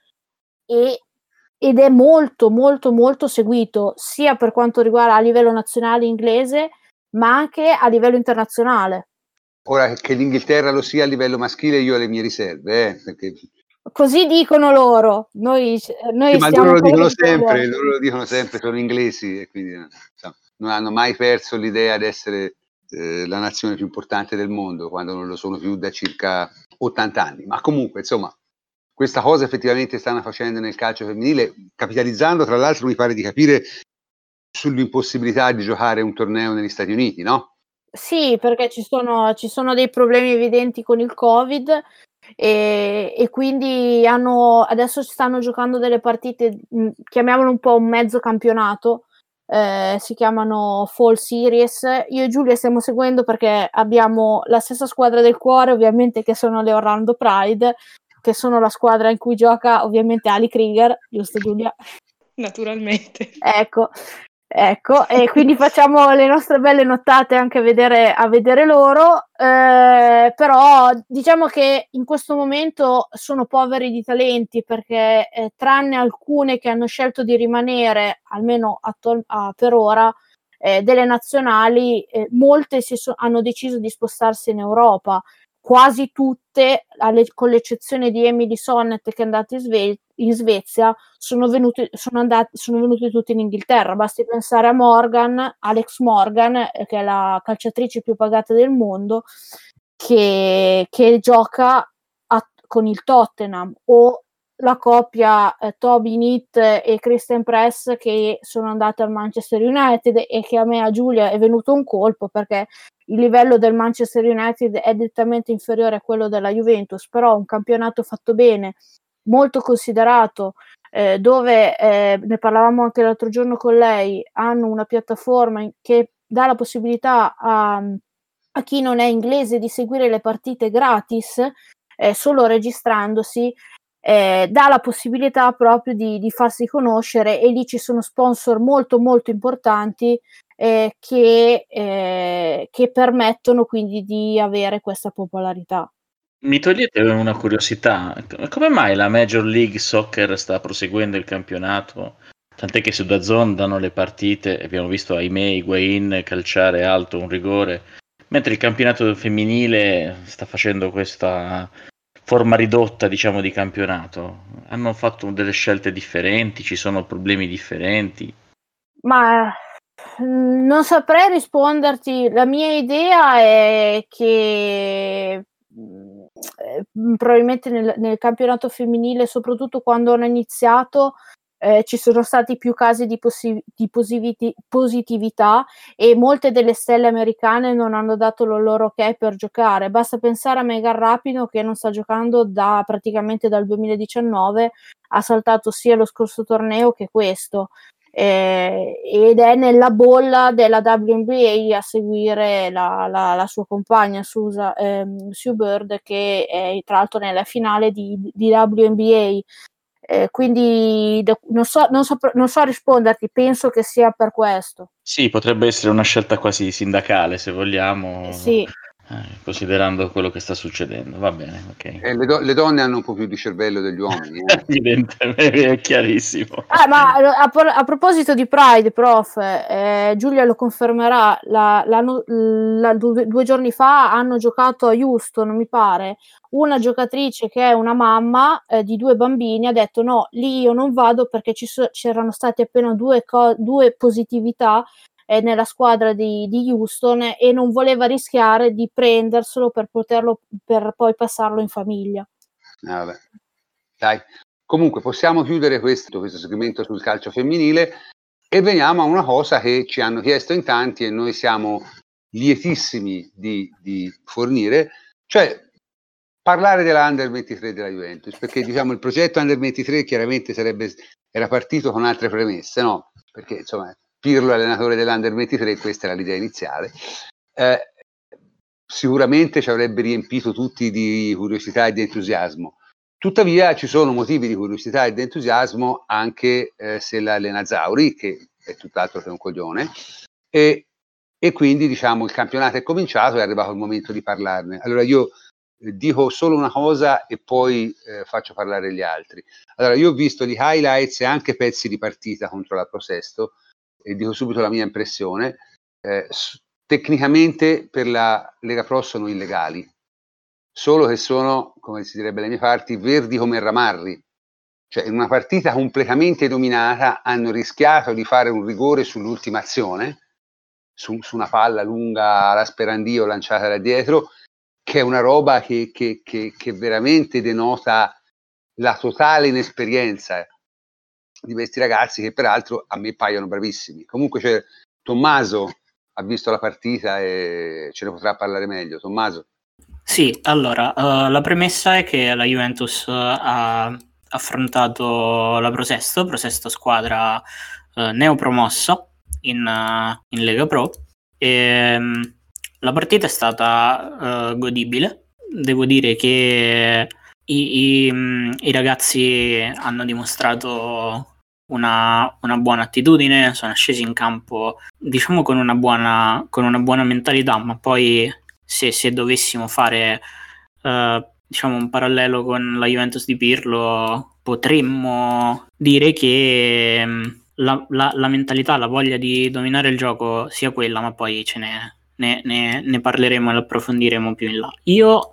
ed è molto molto molto seguito sia per quanto riguarda a livello nazionale inglese, ma anche a livello internazionale. Ora, che l'Inghilterra lo sia a livello maschile, io ho le mie riserve, perché così dicono loro. Noi sì, ma stiamo loro lo dicono sempre, sono inglesi e quindi non hanno mai perso l'idea di essere la nazione più importante del mondo, quando non lo sono più da circa 80 anni. Ma comunque, insomma, questa cosa effettivamente stanno facendo nel calcio femminile, capitalizzando, tra l'altro, mi pare di capire, sull'impossibilità di giocare un torneo negli Stati Uniti, no? Sì, perché ci sono dei problemi evidenti con il Covid e quindi adesso stanno giocando delle partite, chiamiamolo un po' un mezzo campionato, si chiamano Fall Series. Io e Giulia stiamo seguendo perché abbiamo la stessa squadra del cuore, ovviamente, che sono le Orlando Pride, che sono la squadra in cui gioca ovviamente Ali Krieger, giusto Giulia? Naturalmente. Ecco, Ecco, e quindi facciamo le nostre belle nottate anche a vedere loro, però diciamo che in questo momento sono poveri di talenti, perché tranne alcune che hanno scelto di rimanere, almeno per ora, delle nazionali, molte hanno deciso di spostarsi in Europa, quasi tutte, con l'eccezione di Emily Sonnet che è andata in Svezia, sono venuti tutti in Inghilterra. Basti pensare a Alex Morgan, che è la calciatrice più pagata del mondo, che gioca con il Tottenham, o la coppia Toby Neat e Christen Press, che sono andate al Manchester United, e che a me, a Giulia, è venuto un colpo, perché il livello del Manchester United è nettamente inferiore a quello della Juventus, però un campionato fatto bene, molto considerato, dove ne parlavamo anche l'altro giorno con lei, hanno una piattaforma che dà la possibilità a chi non è inglese di seguire le partite gratis, solo registrandosi, dà la possibilità proprio di farsi conoscere, e lì ci sono sponsor molto molto importanti che permettono quindi di avere questa popolarità. Mi togliete una curiosità, come mai la Major League Soccer sta proseguendo il campionato? Tant'è che su DAZN danno le partite, abbiamo visto ahimè Higuaín calciare alto un rigore, mentre il campionato femminile sta facendo questa forma ridotta, diciamo, di campionato. Hanno fatto delle scelte differenti, ci sono problemi differenti. Ma non saprei risponderti. La mia idea è che probabilmente nel campionato femminile, soprattutto quando hanno iniziato, ci sono stati più casi di positività, e molte delle stelle americane non hanno dato il loro ok per giocare. Basta pensare a Megan Rapinoe, che non sta giocando praticamente dal 2019, ha saltato sia lo scorso torneo che questo, ed è nella bolla della WNBA a seguire la sua compagna Sue Bird, che è tra l'altro nella finale di WNBA. Quindi non so risponderti, penso che sia per questo. Sì, potrebbe essere una scelta quasi sindacale, se vogliamo, Sì. considerando quello che sta succedendo. Va bene, ok. Le donne hanno un po' più di cervello degli uomini. Evidentemente, è chiarissimo. Ma a proposito di Pride, prof, Giulia lo confermerà, 2 giorni fa hanno giocato a Houston, mi pare, una giocatrice che è una mamma di 2 bambini ha detto no, lì io non vado perché c'erano stati appena 2 positività nella squadra di Houston, e non voleva rischiare di prenderselo per poi passarlo in famiglia. Vabbè. Dai. Comunque possiamo chiudere questo segmento sul calcio femminile e veniamo a una cosa che ci hanno chiesto in tanti e noi siamo lietissimi di fornire, cioè parlare della Under 23 della Juventus, perché diciamo il progetto Under 23 chiaramente era partito con altre premesse, no? Perché insomma Pirlo è allenatore dell'Under 23, questa era l'idea iniziale. Sicuramente ci avrebbe riempito tutti di curiosità e di entusiasmo. Tuttavia ci sono motivi di curiosità e di entusiasmo anche se la allena Zauri, che è tutt'altro che un coglione, e quindi diciamo il campionato è cominciato, è arrivato il momento di parlarne. Allora io dico solo una cosa e poi faccio parlare gli altri. Allora io ho visto gli highlights e anche pezzi di partita contro la Pro Sesto e dico subito la mia impressione. Tecnicamente per la Lega Pro sono illegali, solo che sono, come si direbbe alle mie parti, verdi come ramarri. Cioè in una partita completamente dominata hanno rischiato di fare un rigore sull'ultima azione, su una palla lunga alla Sperandio lanciata da dietro, che è una roba che veramente denota la totale inesperienza di questi ragazzi, che peraltro a me paiono bravissimi. Comunque Tommaso ha visto la partita e ce ne potrà parlare meglio. Tommaso. Sì, allora, la premessa è che la Juventus ha affrontato la Pro Sesto squadra neopromossa in Lega Pro, e la partita è stata godibile. Devo dire che i ragazzi hanno dimostrato una buona attitudine, sono scesi in campo diciamo con una buona mentalità, ma poi se dovessimo fare diciamo un parallelo con la Juventus di Pirlo, potremmo dire che la mentalità, la voglia di dominare il gioco sia quella, ma poi ne parleremo e lo approfondiremo più in là. Io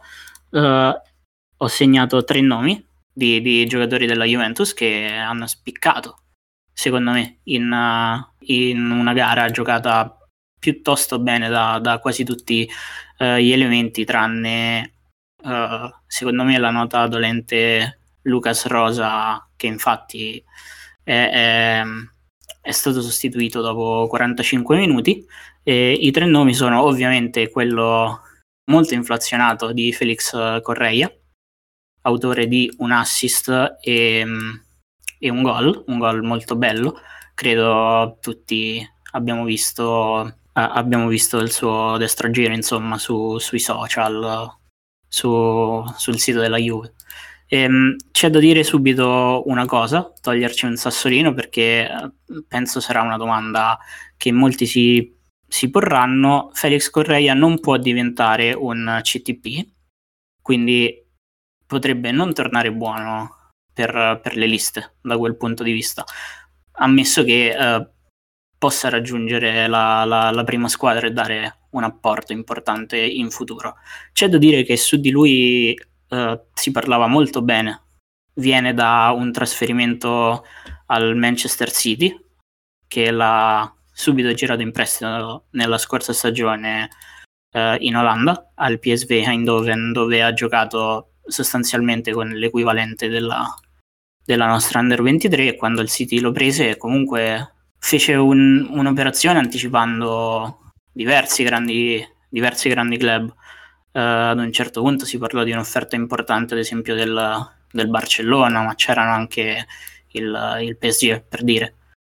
ho segnato 3 nomi di giocatori della Juventus che hanno spiccato, secondo me, in una gara giocata piuttosto bene da quasi tutti gli elementi, tranne secondo me la nota dolente Lucas Rosa, che infatti è stato sostituito dopo 45 minuti. E i 3 nomi sono ovviamente quello molto inflazionato di Felix Correia, autore di un assist e un gol molto bello. Credo tutti abbiamo visto il suo destro giro, insomma, sui social, sul sito della Juve. C'è da dire subito una cosa, toglierci un sassolino, perché penso sarà una domanda che molti si porranno. Felix Correia non può diventare un CTP, quindi potrebbe non tornare buono per le liste da quel punto di vista, ammesso che possa raggiungere la prima squadra e dare un apporto importante in futuro. C'è da dire che su di lui si parlava molto bene. Viene da un trasferimento al Manchester City, che l'ha subito girato in prestito nella scorsa stagione in Olanda, al PSV Eindhoven, dove ha giocato sostanzialmente con l'equivalente della nostra Under 23, e quando il City lo prese comunque fece un'operazione anticipando diversi grandi club. Ad un certo punto si parlò di un'offerta importante, ad esempio del Barcellona, ma c'erano anche il PSG, per dire.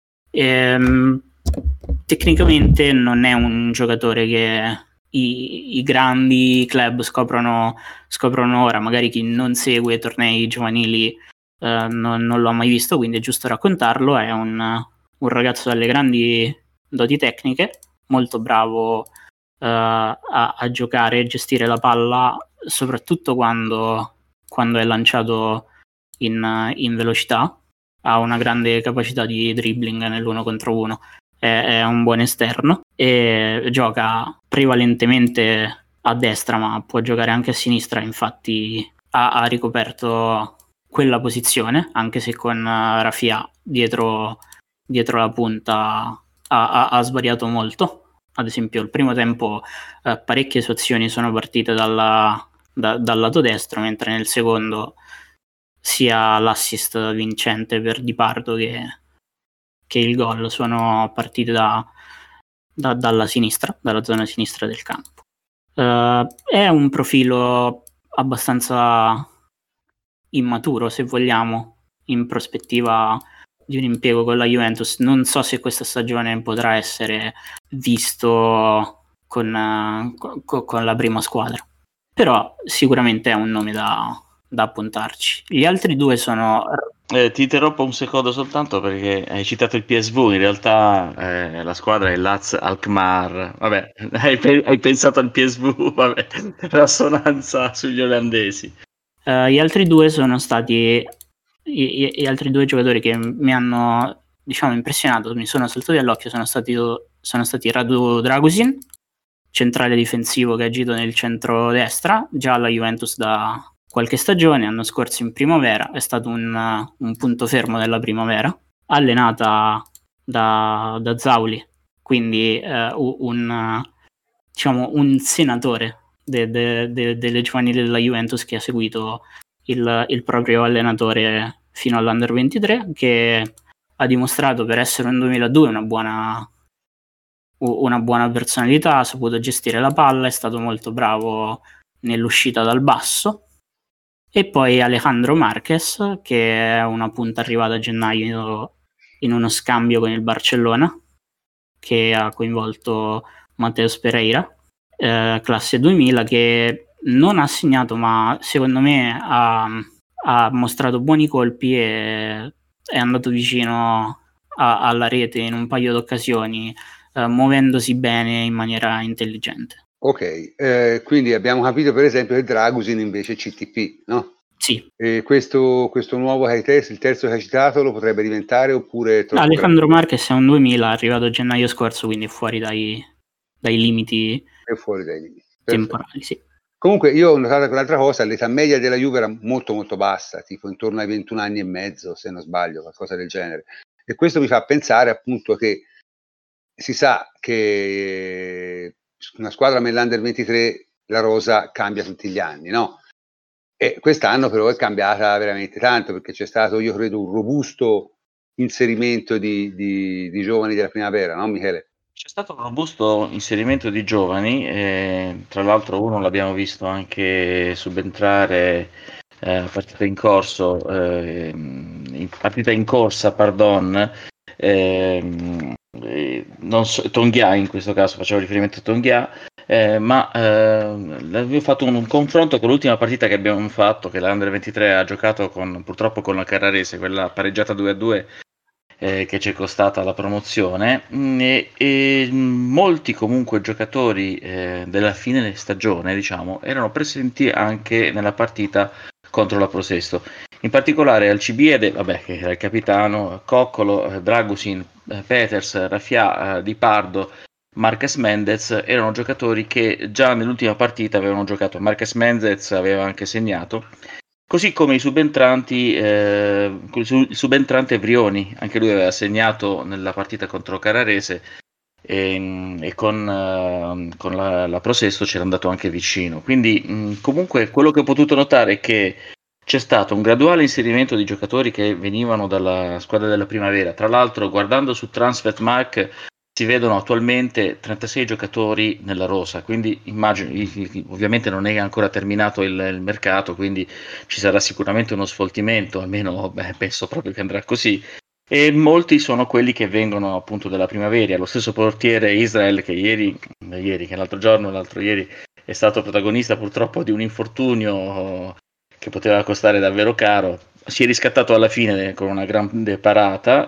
Tecnicamente non è un giocatore che i grandi club scoprono ora, magari chi non segue tornei giovanili non lo ha mai visto, quindi è giusto raccontarlo. È un ragazzo dalle grandi doti tecniche, molto bravo a giocare e gestire la palla, soprattutto quando è lanciato in velocità. Ha una grande capacità di dribbling nell'1 contro 1, è un buon esterno e gioca prevalentemente a destra, ma può giocare anche a sinistra. Infatti ha ricoperto quella posizione, anche se con Rafia dietro la punta ha svariato molto. Ad esempio il primo tempo parecchie sue azioni sono partite dal lato destro, mentre nel secondo sia l'assist vincente per Di Pardo che il gol sono partite dalla sinistra, dalla zona sinistra del campo. È un profilo abbastanza immaturo, se vogliamo, in prospettiva di un impiego con la Juventus. Non so se questa stagione potrà essere visto con la prima squadra, però sicuramente è un nome da appuntarci. Gli altri 2 sono... Ti interrompo un secondo soltanto perché hai citato il PSV, in realtà la squadra è Laz Alkmaar. Vabbè, hai pensato al PSV, vabbè, l'assonanza sugli olandesi. Gli altri 2 sono stati gli altri 2 giocatori che mi hanno, diciamo, impressionato, mi sono saltati all'occhio, sono stati Radu Dragusin, centrale difensivo che ha agito nel centro-destra, già alla Juventus da qualche stagione. L'anno scorso in primavera è stato un punto fermo della primavera, allenata da Zauli, quindi un senatore delle giovanili della Juventus, che ha seguito il proprio allenatore fino all'Under 23, che ha dimostrato, per essere un 2002, una buona personalità, ha saputo gestire la palla, è stato molto bravo nell'uscita dal basso. E poi Alejandro Marquez, che è una punta arrivata a gennaio in uno scambio con il Barcellona, che ha coinvolto Mateus Pereira, classe 2000, che non ha segnato, ma secondo me ha mostrato buoni colpi e è andato vicino alla rete in un paio d'occasioni, muovendosi bene in maniera intelligente. Ok, quindi abbiamo capito per esempio che Dragusin invece è CTP, no? Sì. E questo nuovo il terzo che hai citato, lo potrebbe diventare oppure troppo Alejandro Marquez è un 2000, è arrivato a gennaio scorso, quindi è fuori dai limiti è fuori dai limiti temporali, sì. Comunque io ho notato che l'altra cosa, l'età media della Juve era molto molto bassa, tipo intorno ai 21 anni e mezzo, se non sbaglio, qualcosa del genere. E questo mi fa pensare appunto che si sa che una squadra nell'Under 23 la rosa cambia tutti gli anni, no? E quest'anno però è cambiata veramente tanto, perché c'è stato, io credo, un robusto inserimento di giovani della primavera, no Michele? C'è stato un robusto inserimento di giovani, tra l'altro uno l'abbiamo visto anche subentrare partita in corsa, pardon, non so, Tonghia in questo caso, facevo riferimento a Tonghia, ma abbiamo fatto un confronto con l'ultima partita che abbiamo fatto, che l'Under 23 ha giocato purtroppo con la Carrarese, quella pareggiata 2-2, che ci è costata la promozione, e molti comunque giocatori della fine stagione, diciamo, erano presenti anche nella partita contro la Prosesto. In particolare Alcibiade, vabbè, che era il capitano, Coccolo, Dragusin, Peters, Raffià, Di Pardo, Marques Mendez erano giocatori che già nell'ultima partita avevano giocato. Marques Mendez aveva anche segnato, così come i subentranti, il subentrante Vrioni, anche lui aveva segnato nella partita contro Carrarese e con la Prosesto c'era andato anche vicino. Quindi comunque quello che ho potuto notare è che c'è stato un graduale inserimento di giocatori che venivano dalla squadra della primavera. Tra l'altro, guardando su Transfermarkt si vedono attualmente 36 giocatori nella rosa, quindi immagino, ovviamente non è ancora terminato il mercato, quindi ci sarà sicuramente uno sfoltimento, almeno penso proprio che andrà così, e molti sono quelli che vengono appunto dalla primavera. Lo stesso portiere Israel che l'altro ieri è stato protagonista purtroppo di un infortunio che poteva costare davvero caro, si è riscattato alla fine con una grande parata.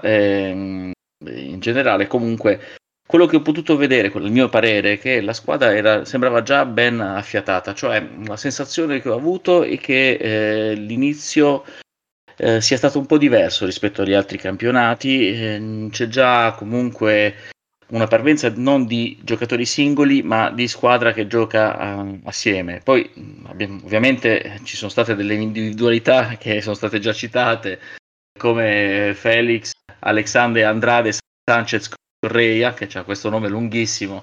In generale comunque quello che ho potuto vedere, il mio parere, è che la squadra sembrava già ben affiatata, cioè la sensazione che ho avuto è che l'inizio sia stato un po' diverso rispetto agli altri campionati. C'è già comunque una parvenza non di giocatori singoli ma di squadra che gioca assieme. Poi ovviamente ci sono state delle individualità che sono state già citate, come Felix, Alexander Andrade, Sanchez, Correa, che ha questo nome lunghissimo,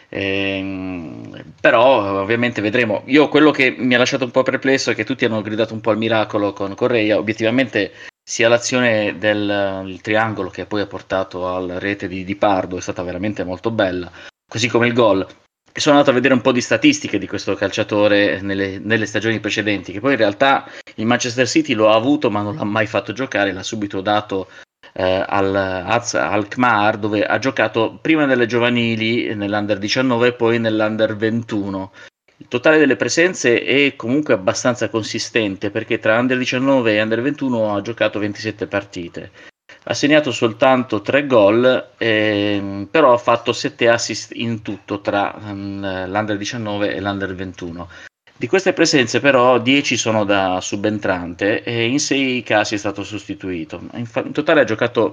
però ovviamente vedremo. Io quello che mi ha lasciato un po' perplesso è che tutti hanno gridato un po' al miracolo con Correa. Obiettivamente sia l'azione del triangolo che poi ha portato alla rete di Pardo è stata veramente molto bella, così come il gol. E sono andato a vedere un po' di statistiche di questo calciatore nelle stagioni precedenti, che poi in realtà il Manchester City lo ha avuto ma non l'ha mai fatto giocare, l'ha subito dato al Khmar, dove ha giocato prima nelle giovanili, nell'Under 19 e poi nell'Under 21. Il totale delle presenze è comunque abbastanza consistente, perché tra Under 19 e Under 21 ha giocato 27 partite. Ha segnato soltanto 3 gol, però ha fatto 7 assist in tutto tra l'Under 19 e l'Under 21. Di queste presenze però 10 sono da subentrante e in 6 casi è stato sostituito. In totale ha giocato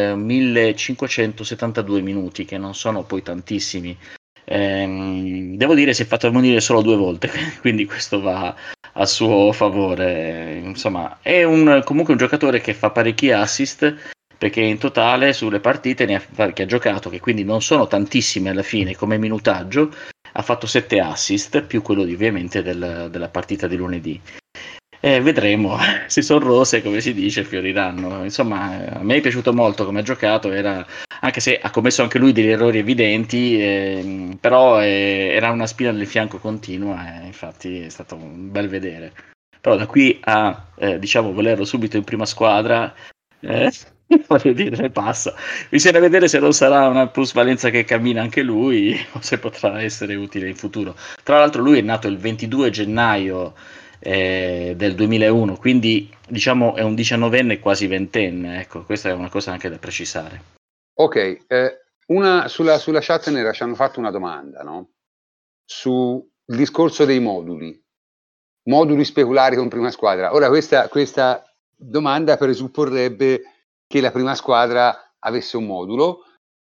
1572 minuti, che non sono poi tantissimi. Devo dire si è fatto ammonire solo 2 volte, quindi questo va a suo favore. Insomma, è comunque un giocatore che fa parecchi assist, perché in totale sulle partite che ha giocato, che quindi non sono tantissime alla fine come minutaggio, ha fatto 7 assist, più quello ovviamente della partita di lunedì. Vedremo, se sono rose, come si dice, fioriranno. Insomma, a me è piaciuto molto come ha giocato, anche se ha commesso anche lui degli errori evidenti, però era una spina nel fianco continua, infatti è stato un bel vedere. Però da qui a diciamo volerlo subito in prima squadra, voglio dire, passa. Bisogna vedere se non sarà una plusvalenza che cammina anche lui o se potrà essere utile in futuro. Tra l'altro lui è nato il 22 gennaio del 2001, quindi diciamo è un 19enne quasi 20enne, ecco, questa è una cosa anche da precisare. Ok, sulla chat nera ci hanno fatto una domanda, no? Sul discorso dei moduli speculari con prima squadra. Ora questa domanda presupporrebbe che la prima squadra avesse un modulo,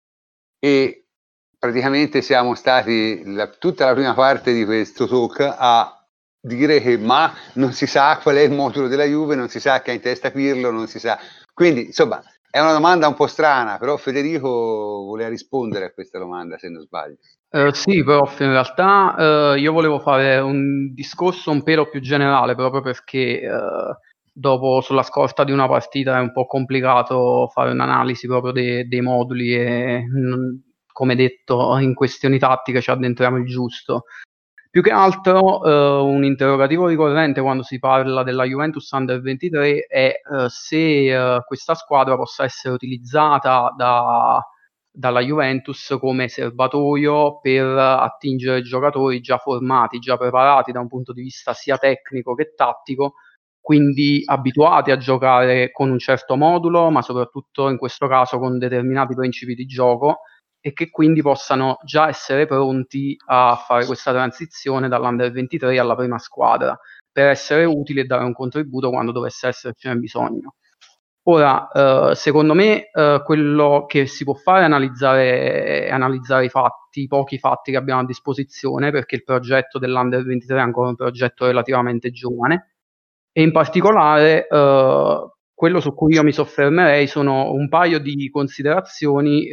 e praticamente siamo stati tutta la prima parte di questo talk a dire che ma non si sa qual è il modulo della Juve, non si sa che ha in testa Pirlo, non si sa. Quindi insomma è una domanda un po' strana, però Federico voleva rispondere a questa domanda, se non sbaglio. Sì, prof, in realtà io volevo fare un discorso un pelo più generale, proprio perché dopo, sulla scorta di una partita, è un po' complicato fare un'analisi proprio dei moduli e, come detto, in questioni tattiche ci addentriamo il giusto. Più che altro un interrogativo ricorrente quando si parla della Juventus Under 23 è se questa squadra possa essere utilizzata dalla Juventus come serbatoio per attingere giocatori già formati, già preparati da un punto di vista sia tecnico che tattico, quindi abituati a giocare con un certo modulo, ma soprattutto in questo caso con determinati principi di gioco, e che quindi possano già essere pronti a fare questa transizione dall'Under 23 alla prima squadra, per essere utili e dare un contributo quando dovesse essercene bisogno. Ora, secondo me, quello che si può fare è analizzare i pochi fatti che abbiamo a disposizione, perché il progetto dell'Under 23 è ancora un progetto relativamente giovane, e in particolare quello su cui io mi soffermerei sono un paio di considerazioni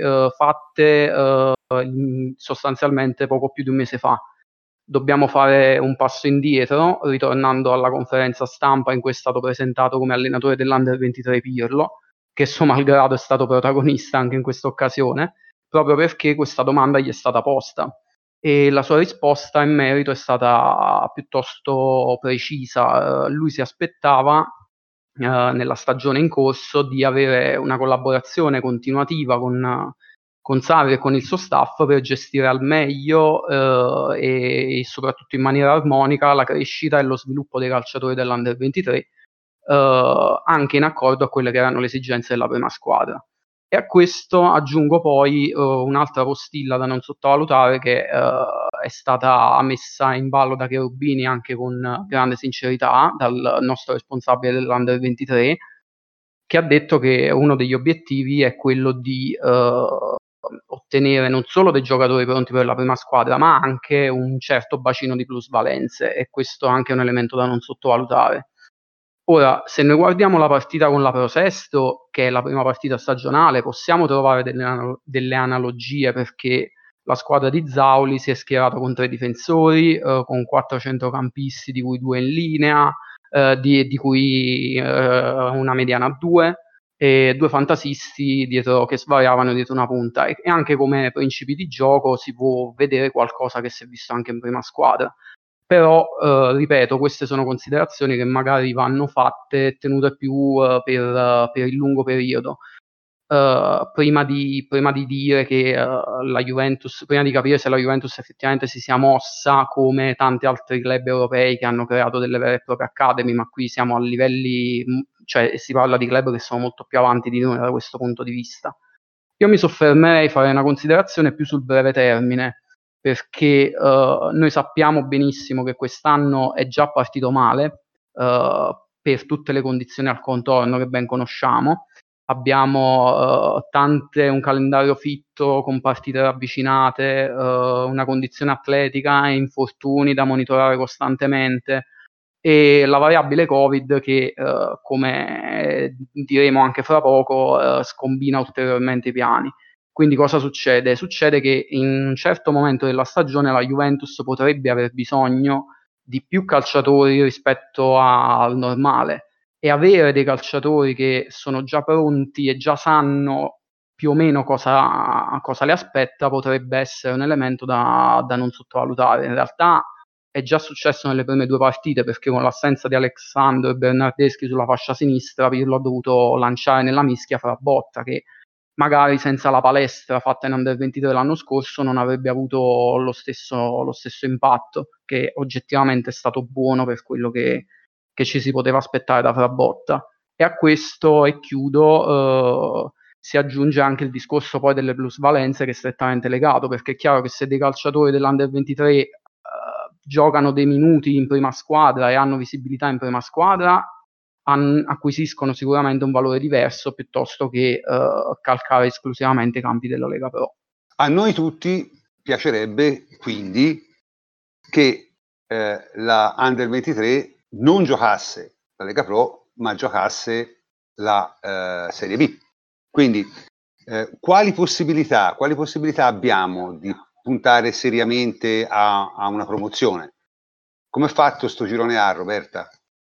fatte sostanzialmente poco più di un mese fa. Dobbiamo fare un passo indietro, ritornando alla conferenza stampa in cui è stato presentato come allenatore dell'Under 23 Pirlo, che suo malgrado è stato protagonista anche in questa occasione, proprio perché questa domanda gli è stata posta e la sua risposta in merito è stata piuttosto precisa. Lui si aspettava nella stagione in corso di avere una collaborazione continuativa con Sarri e con il suo staff per gestire al meglio e soprattutto in maniera armonica la crescita e lo sviluppo dei calciatori dell'Under 23, anche in accordo a quelle che erano le esigenze della prima squadra. E a questo aggiungo poi un'altra postilla da non sottovalutare, che è stata messa in ballo da Cherubini anche con grande sincerità dal nostro responsabile dell'Under 23, che ha detto che uno degli obiettivi è quello di ottenere non solo dei giocatori pronti per la prima squadra, ma anche un certo bacino di plusvalenze, e questo è anche un elemento da non sottovalutare. Ora, se noi guardiamo la partita con la Prosesto, che è la prima partita stagionale, possiamo trovare delle analogie, perché la squadra di Zauli si è schierata con 3 difensori, con 4 centrocampisti, di cui 2 in linea, di cui una mediana a 2, e 2 fantasisti dietro, che svariavano dietro una punta, e anche come principi di gioco si può vedere qualcosa che si è visto anche in prima squadra. Però, ripeto, queste sono considerazioni che magari vanno fatte e tenute più per il lungo periodo. Prima di dire che la Juventus, prima di capire se la Juventus effettivamente si sia mossa come tanti altri club europei che hanno creato delle vere e proprie academy, ma qui siamo a livelli, cioè si parla di club che sono molto più avanti di noi da questo punto di vista. Io mi soffermerei a fare una considerazione più sul breve termine, perché noi sappiamo benissimo che quest'anno è già partito male per tutte le condizioni al contorno che ben conosciamo. Abbiamo un calendario fitto con partite ravvicinate, una condizione atletica e infortuni da monitorare costantemente, e la variabile Covid che, come diremo anche fra poco, scombina ulteriormente i piani. Quindi cosa succede? Succede che in un certo momento della stagione la Juventus potrebbe aver bisogno di più calciatori rispetto al normale, e avere dei calciatori che sono già pronti e già sanno più o meno cosa le aspetta potrebbe essere un elemento da non sottovalutare. In realtà è già successo nelle prime 2 partite, perché con l'assenza di Alexandro e Bernardeschi sulla fascia sinistra, Pirlo ha dovuto lanciare nella mischia Frabotta, che magari senza la palestra fatta in Under 23 l'anno scorso non avrebbe avuto lo stesso impatto, che oggettivamente è stato buono per quello che ci si poteva aspettare da Frabotta. E a questo, e chiudo, si aggiunge anche il discorso poi delle plusvalenze, che è strettamente legato, perché è chiaro che se dei calciatori dell'Under 23 giocano dei minuti in prima squadra e hanno visibilità in prima squadra, acquisiscono sicuramente un valore diverso piuttosto che calcare esclusivamente i campi della Lega Pro. A noi tutti piacerebbe quindi che la Under 23 non giocasse la Lega Pro, ma giocasse la Serie B. Quindi quali possibilità abbiamo di puntare seriamente a una promozione? Come è fatto sto girone A, Roberta?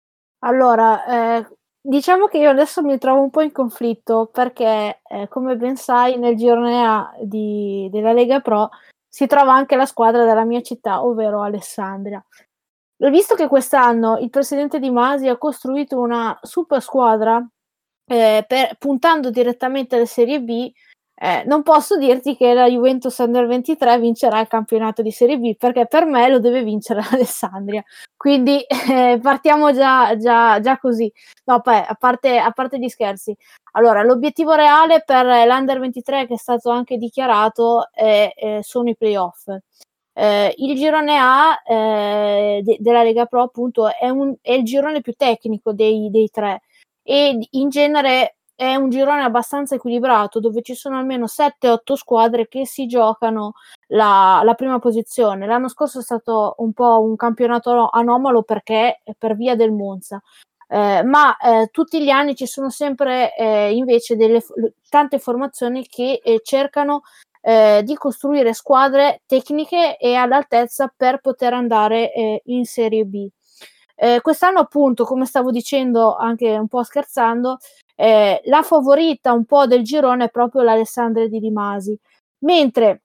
Allora, diciamo che io adesso mi trovo un po' in conflitto perché, come ben sai, nel girone A della Lega Pro si trova anche la squadra della mia città, ovvero Alessandria. Visto che quest'anno il presidente Di Masi ha costruito una super squadra puntando direttamente alla Serie B, non posso dirti che la Juventus Under 23 vincerà il campionato di Serie B, perché per me lo deve vincere l'Alessandria. Quindi partiamo già così. No, poi, a parte gli scherzi. Allora, l'obiettivo reale per l'Under 23, che è stato anche dichiarato, sono i playoff. Il girone A della Lega Pro, appunto, è il girone più tecnico dei tre, e in genere è un girone abbastanza equilibrato, dove ci sono almeno 7-8 squadre che si giocano la prima posizione. L'anno scorso è stato un po' un campionato anomalo perché per via del Monza, ma tutti gli anni ci sono sempre invece tante formazioni che cercano di costruire squadre tecniche e all'altezza per poter andare in Serie B. Quest'anno, appunto, come stavo dicendo anche un po' scherzando, la favorita un po' del girone è proprio l'Alessandria di Di Masi, mentre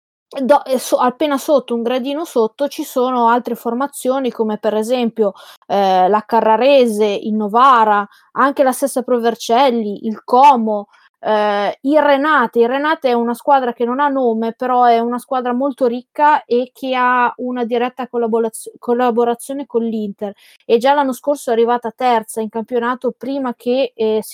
appena sotto, un gradino sotto, ci sono altre formazioni come per esempio la Carrarese, il Novara, anche la stessa Pro Vercelli, il Como, il Renate è una squadra che non ha nome, però è una squadra molto ricca e che ha una diretta collaborazione con l'Inter, e già l'anno scorso è arrivata terza in campionato prima che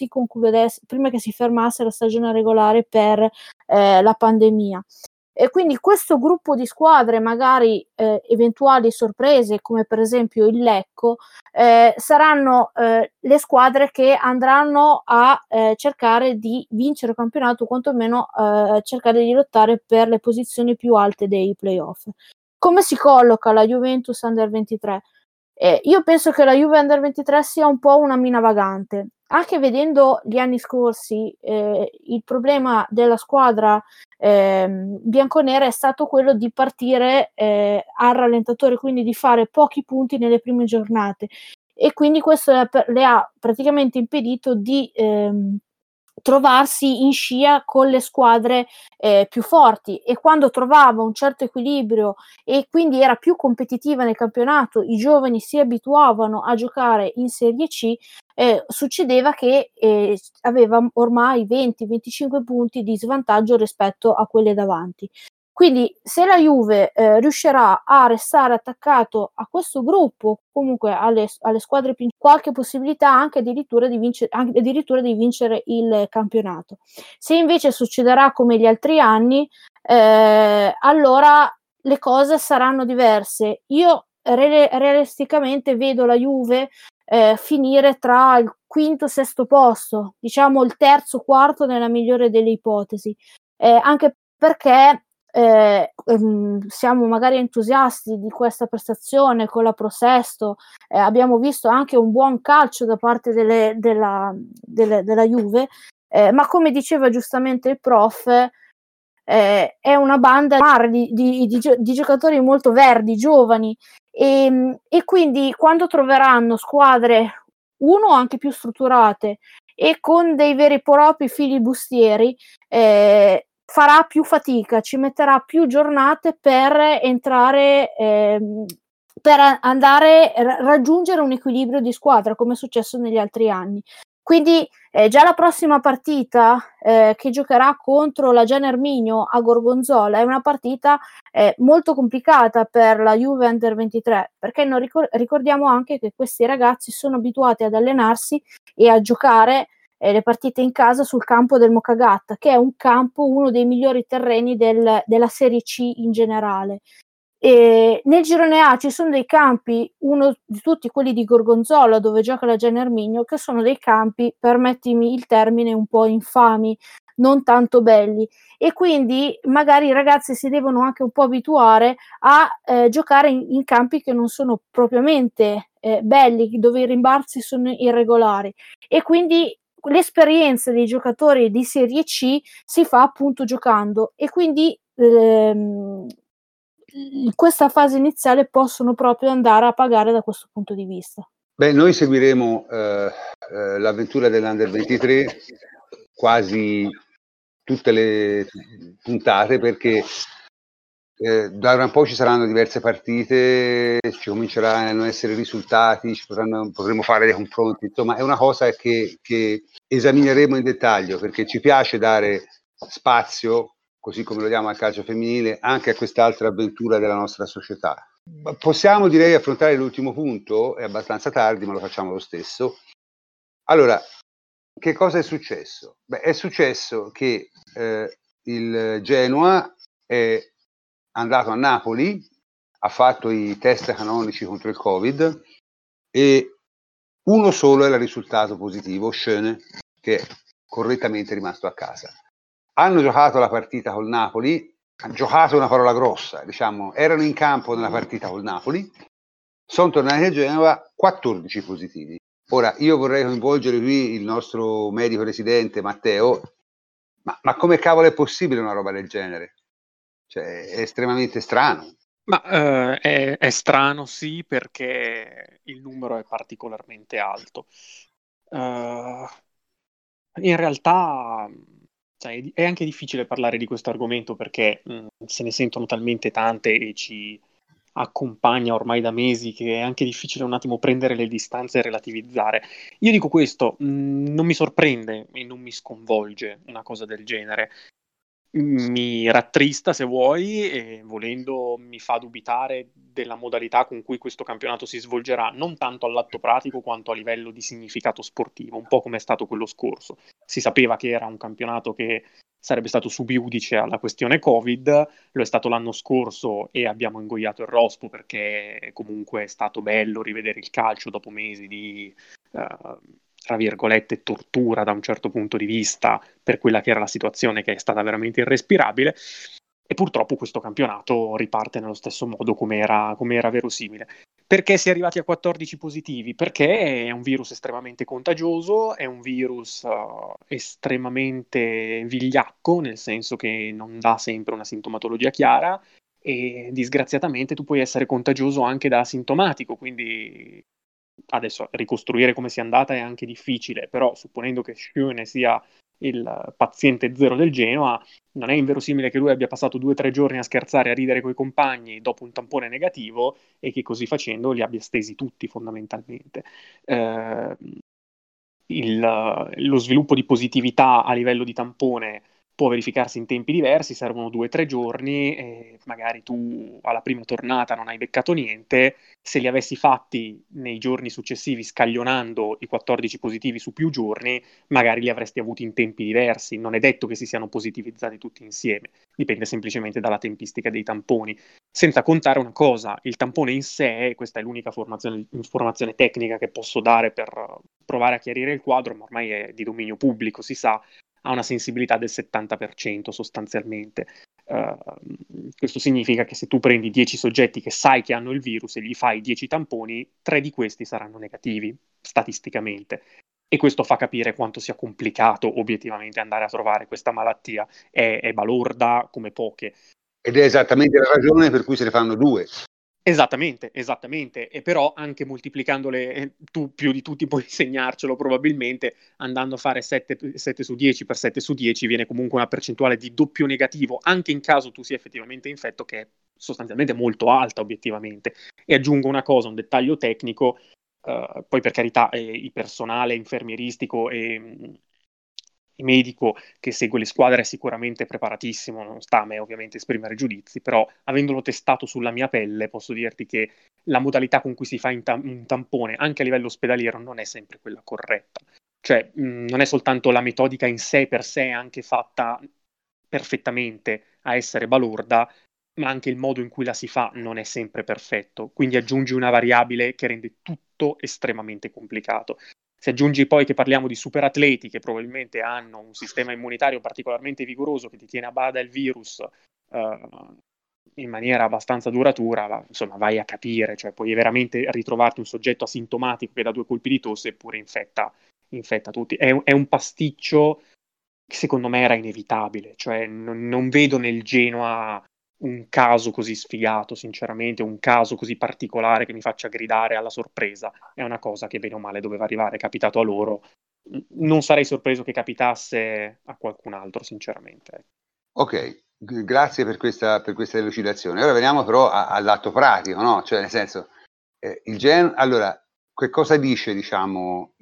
si fermasse la stagione regolare per la pandemia. E quindi questo gruppo di squadre, magari eventuali sorprese come per esempio il Lecco, saranno le squadre che andranno a cercare di vincere il campionato, quantomeno cercare di lottare per le posizioni più alte dei playoff. Come si colloca la Juventus Under 23? Io penso che la Juve Under 23 sia un po' una mina vagante. Anche vedendo gli anni scorsi, il problema della squadra bianconera è stato quello di partire al rallentatore, quindi di fare pochi punti nelle prime giornate, e quindi questo le ha praticamente impedito di trovarsi in scia con le squadre più forti, e quando trovava un certo equilibrio e quindi era più competitiva nel campionato, i giovani si abituavano a giocare in Serie C, succedeva che aveva ormai 20-25 punti di svantaggio rispetto a quelle davanti. Quindi se la Juve riuscirà a restare attaccato a questo gruppo, comunque alle squadre più, qualche possibilità anche addirittura di vincere il campionato. Se invece succederà come gli altri anni, allora le cose saranno diverse. Io realisticamente vedo la Juve finire tra il quinto e sesto posto, diciamo il terzo, quarto nella migliore delle ipotesi, anche perché siamo magari entusiasti di questa prestazione con la Pro Sesto, abbiamo visto anche un buon calcio da parte della Juve, ma come diceva giustamente il prof, è una banda di giocatori molto verdi, giovani, e quindi quando troveranno squadre anche più strutturate e con dei veri e propri filibustieri, farà più fatica, ci metterà più giornate per entrare, per andare raggiungere un equilibrio di squadra, come è successo negli altri anni. Quindi già la prossima partita che giocherà contro la Gian Erminio a Gorgonzola è una partita molto complicata per la Juve Under 23, perché ricordiamo anche che questi ragazzi sono abituati ad allenarsi e a giocare le partite in casa sul campo del Mokagata, che è un campo, uno dei migliori terreni della Serie C in generale. E nel girone A ci sono dei campi, uno di tutti quelli di Gorgonzola dove gioca la Gian Erminio, che sono dei campi, permettimi il termine, un po' infami, non tanto belli, e quindi magari i ragazzi si devono anche un po' abituare a giocare in campi che non sono propriamente belli, dove i rimbalzi sono irregolari, e quindi l'esperienza dei giocatori di Serie C si fa appunto giocando, e quindi in questa fase iniziale possono proprio andare a pagare da questo punto di vista. Beh, noi seguiremo l'avventura dell'Under 23 quasi tutte le puntate, perché da ora in poi ci saranno diverse partite, ci cominceranno a essere risultati, potremo fare dei confronti, insomma è una cosa che esamineremo in dettaglio, perché ci piace dare spazio, così come lo diamo al calcio femminile, anche a quest'altra avventura della nostra società. Possiamo, direi, affrontare l'ultimo punto, è abbastanza tardi ma lo facciamo lo stesso. Allora, che cosa è successo? Beh, è successo che il Genoa è andato a Napoli, ha fatto i test canonici contro il Covid e uno solo era il risultato positivo, Schöne, che è correttamente rimasto a casa. Hanno giocato la partita col Napoli, hanno giocato una parola grossa, diciamo, erano in campo nella partita col Napoli, sono tornati a Genova 14 positivi. Ora, io vorrei coinvolgere qui il nostro medico residente Matteo, ma come cavolo è possibile una roba del genere? Cioè, è estremamente strano. Ma è strano, sì, perché il numero è particolarmente alto. In realtà, cioè, è anche difficile parlare di questo argomento perché se ne sentono talmente tante e ci accompagna ormai da mesi che è anche difficile un attimo prendere le distanze e relativizzare. Io dico questo, non mi sorprende e non mi sconvolge una cosa del genere. Mi rattrista, se vuoi, e volendo mi fa dubitare della modalità con cui questo campionato si svolgerà, non tanto all'atto pratico quanto a livello di significato sportivo, un po' come è stato quello scorso. Si sapeva che era un campionato che sarebbe stato subiudice alla questione Covid, lo è stato l'anno scorso e abbiamo ingoiato il rospo perché comunque è stato bello rivedere il calcio dopo mesi di tra virgolette tortura da un certo punto di vista per quella che era la situazione, che è stata veramente irrespirabile, e purtroppo questo campionato riparte nello stesso modo come era verosimile. Perché si è arrivati a 14 positivi? Perché è un virus estremamente contagioso, è un virus estremamente vigliacco, nel senso che non dà sempre una sintomatologia chiara, e disgraziatamente tu puoi essere contagioso anche da asintomatico, quindi adesso ricostruire come sia andata è anche difficile, però supponendo che Schöne sia il paziente zero del Genoa, non è inverosimile che lui abbia passato 2 o 3 giorni a scherzare, a ridere coi compagni dopo un tampone negativo e che così facendo li abbia stesi tutti fondamentalmente. Lo sviluppo di positività a livello di tampone può verificarsi in tempi diversi, servono 2 o 3 giorni e magari tu alla prima tornata non hai beccato niente, se li avessi fatti nei giorni successivi scaglionando i 14 positivi su più giorni, magari li avresti avuti in tempi diversi, non è detto che si siano positivizzati tutti insieme, dipende semplicemente dalla tempistica dei tamponi. Senza contare una cosa, il tampone in sé, questa è l'unica informazione tecnica che posso dare per provare a chiarire il quadro, ma ormai è di dominio pubblico, si sa, ha una sensibilità del 70% sostanzialmente. Questo significa che se tu prendi 10 soggetti che sai che hanno il virus e gli fai 10 tamponi, 3 di questi saranno negativi, statisticamente. E questo fa capire quanto sia complicato obiettivamente andare a trovare questa malattia. È balorda come poche. Ed è esattamente la ragione per cui se ne fanno 2. Esattamente, e però anche moltiplicandole, tu più di tutti puoi insegnarcelo probabilmente, andando a fare 7 su 10 per 7 su 10 viene comunque una percentuale di doppio negativo, anche in caso tu sia effettivamente infetto, che è sostanzialmente molto alta obiettivamente. E aggiungo una cosa, un dettaglio tecnico, Poi per carità il personale infermieristico e medico che segue le squadre è sicuramente preparatissimo, non sta a me ovviamente esprimere giudizi, però avendolo testato sulla mia pelle posso dirti che la modalità con cui si fa un tampone anche a livello ospedaliero non è sempre quella corretta. Cioè non è soltanto la metodica in sé per sé anche fatta perfettamente a essere balorda, ma anche il modo in cui la si fa non è sempre perfetto, quindi aggiungi una variabile che rende tutto estremamente complicato. Se aggiungi poi che parliamo di superatleti che probabilmente hanno un sistema immunitario particolarmente vigoroso che ti tiene a bada il virus in maniera abbastanza duratura, insomma vai a capire, cioè puoi veramente ritrovarti un soggetto asintomatico che da 2 colpi di tosse eppure infetta tutti. È un pasticcio che secondo me era inevitabile, cioè non vedo nel Genoa un caso così sfigato, sinceramente, un caso così particolare che mi faccia gridare alla sorpresa. È una cosa che bene o male doveva arrivare, è capitato a loro. Non sarei sorpreso che capitasse a qualcun altro, sinceramente. Ok, grazie per questa elucidazione. Ora veniamo però all'atto pratico, no? Cioè nel senso, allora, che cosa dice, diciamo,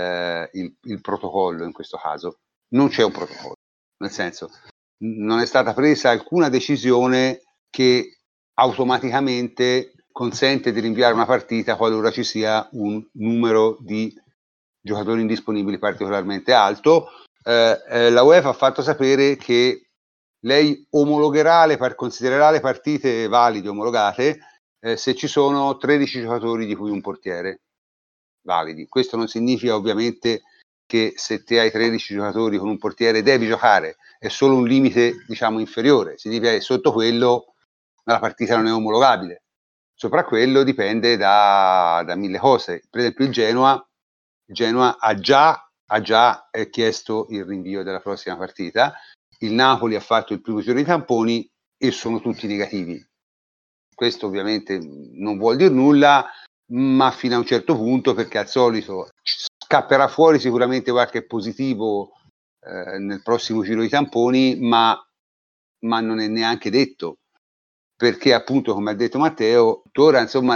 il protocollo in questo caso? Non c'è un protocollo, nel senso, non è stata presa alcuna decisione che automaticamente consente di rinviare una partita qualora ci sia un numero di giocatori indisponibili particolarmente alto. La UEFA ha fatto sapere che lei considererà le partite valide, omologate, se ci sono 13 giocatori di cui un portiere validi. Questo non significa ovviamente che se te hai 13 giocatori con un portiere devi giocare, è solo un limite, diciamo, inferiore. Significa che sotto quello la partita non è omologabile. Sopra quello dipende da 1000 cose. Per esempio il Genoa ha già chiesto il rinvio della prossima partita. Il Napoli ha fatto il primo giro di tamponi e sono tutti negativi. Questo ovviamente non vuol dire nulla, ma fino a un certo punto, perché al solito scapperà fuori sicuramente qualche positivo nel prossimo giro di tamponi, ma non è neanche detto, perché appunto, come ha detto Matteo, tuttora insomma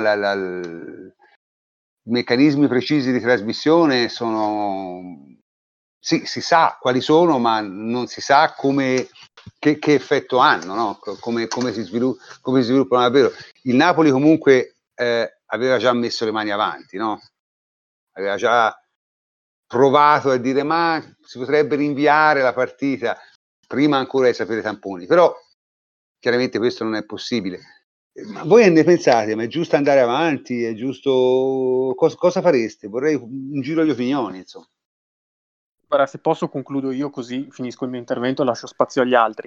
i meccanismi precisi di trasmissione sono... Sì, si sa quali sono, ma non si sa che effetto hanno, no? come si sviluppano davvero. Il Napoli comunque aveva già messo le mani avanti, no? Aveva già provato a dire ma si potrebbe rinviare la partita prima ancora di sapere i tamponi, però chiaramente questo non è possibile. Ma voi ne pensate? Ma è giusto andare avanti? È giusto... Cosa fareste? Vorrei un giro di opinioni, insomma. Ora, se posso concludo io così finisco il mio intervento e lascio spazio agli altri.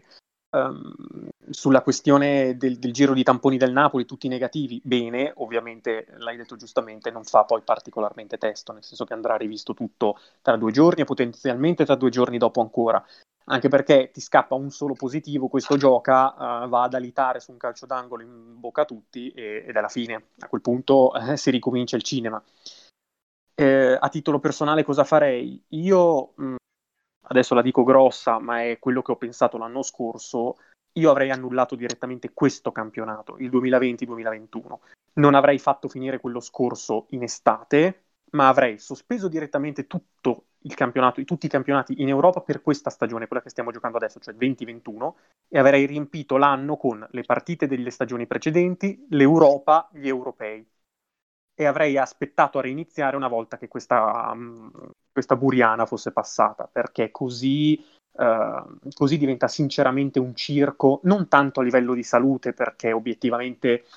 Sulla questione del giro di tamponi del Napoli, tutti negativi, bene, ovviamente l'hai detto giustamente, non fa poi particolarmente testo, nel senso che andrà rivisto tutto tra 2 giorni e potenzialmente tra 2 giorni dopo ancora, anche perché ti scappa un solo positivo, questo gioca, va ad alitare su un calcio d'angolo in bocca a tutti ed è la fine. A quel punto si ricomincia il cinema. A titolo personale cosa farei? Io adesso la dico grossa, ma è quello che ho pensato l'anno scorso, io avrei annullato direttamente questo campionato, il 2020-2021. Non avrei fatto finire quello scorso in estate, ma avrei sospeso direttamente tutto il campionato, tutti i campionati in Europa per questa stagione, quella che stiamo giocando adesso, cioè 2021, e avrei riempito l'anno con le partite delle stagioni precedenti, l'Europa, gli europei. E avrei aspettato a reiniziare una volta che questa buriana fosse passata, perché così diventa sinceramente un circo, non tanto a livello di salute, perché obiettivamente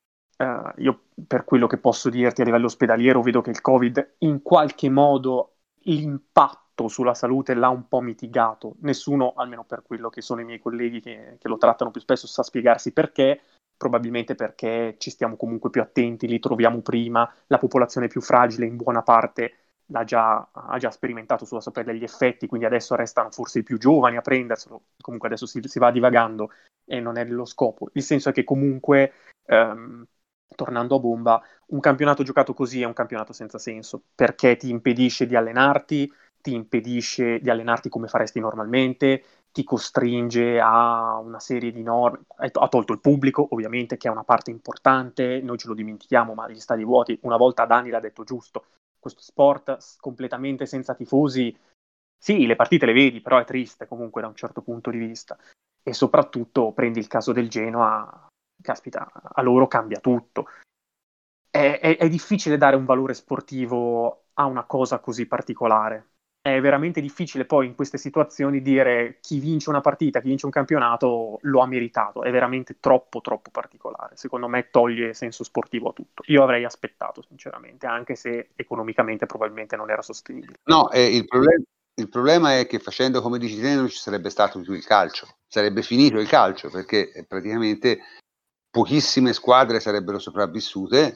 io per quello che posso dirti a livello ospedaliero vedo che il Covid in qualche modo l'impatto sulla salute l'ha un po' mitigato. Nessuno, almeno per quello che sono i miei colleghi che lo trattano più spesso, sa spiegarsi perché. Probabilmente perché ci stiamo comunque più attenti, li troviamo prima, la popolazione più fragile in buona parte ha già sperimentato sulla sua pelle gli effetti, quindi adesso restano forse i più giovani a prenderselo, comunque adesso si va divagando e non è lo scopo. Il senso è che comunque, tornando a bomba, un campionato giocato così è un campionato senza senso, perché ti impedisce di allenarti come faresti normalmente, ti costringe a una serie di norme, ha tolto il pubblico ovviamente, che è una parte importante, noi ce lo dimentichiamo, ma gli stadi vuoti, una volta Dani l'ha detto giusto, questo sport completamente senza tifosi, sì, le partite le vedi, però è triste comunque da un certo punto di vista, e soprattutto prendi il caso del Genoa, caspita, a loro cambia tutto. È difficile dare un valore sportivo a una cosa così particolare. È veramente difficile poi in queste situazioni dire chi vince una partita, chi vince un campionato lo ha meritato. È veramente troppo particolare. Secondo me toglie senso sportivo a tutto. Io avrei aspettato, sinceramente, anche se economicamente probabilmente non era sostenibile. No, il problema è che facendo come dici te non ci sarebbe stato più il calcio, sarebbe finito il calcio, perché praticamente pochissime squadre sarebbero sopravvissute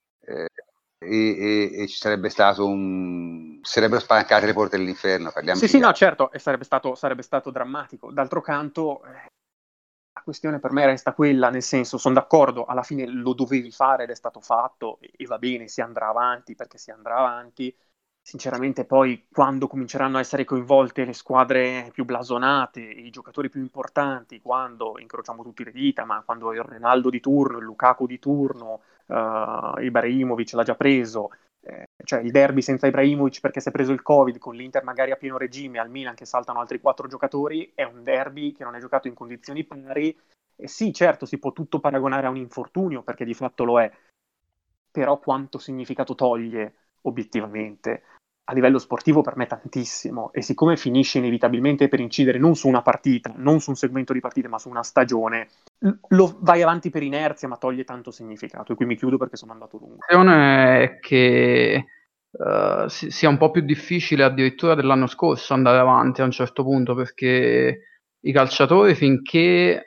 e ci sarebbe stato sarebbero spalancate le porte dell'inferno. Sì, no, certo, e sarebbe stato drammatico. D'altro canto, la questione per me resta quella, nel senso, sono d'accordo, alla fine lo dovevi fare ed è stato fatto, e va bene, si andrà avanti perché si andrà avanti. Sinceramente poi quando cominceranno a essere coinvolte le squadre più blasonate, i giocatori più importanti, quando incrociamo tutti le dita, ma quando il Ronaldo di turno, il Lukaku di turno, Ibrahimovic l'ha già preso, cioè il derby senza Ibrahimovic perché si è preso il Covid, con l'Inter magari a pieno regime, al Milan che saltano altri 4 giocatori, è un derby che non è giocato in condizioni pari, e sì, certo, si può tutto paragonare a un infortunio, perché di fatto lo è, però quanto significato toglie obiettivamente a livello sportivo per me tantissimo, e siccome finisce inevitabilmente per incidere non su una partita, non su un segmento di partite, ma su una stagione, lo vai avanti per inerzia, ma toglie tanto significato. E qui mi chiudo perché sono andato lungo. La questione è che sia un po' più difficile addirittura dell'anno scorso andare avanti a un certo punto, perché i calciatori finché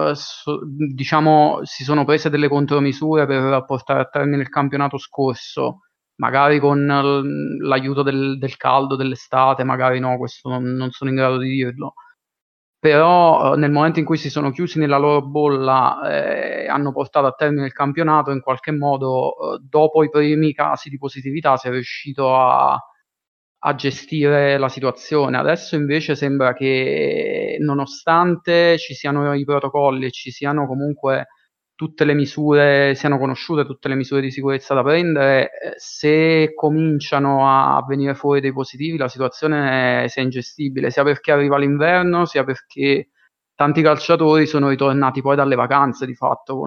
diciamo si sono prese delle contromisure per portare a termine il campionato scorso, magari con l'aiuto del caldo dell'estate, magari no, questo non sono in grado di dirlo, però nel momento in cui si sono chiusi nella loro bolla hanno portato a termine il campionato, in qualche modo dopo i primi casi di positività si è riuscito a gestire la situazione. Adesso invece sembra che nonostante ci siano i protocolli e ci siano comunque tutte le misure, siano conosciute tutte le misure di sicurezza da prendere, se cominciano a venire fuori dei positivi la situazione sia ingestibile, sia perché arriva l'inverno, sia perché tanti calciatori sono ritornati poi dalle vacanze di fatto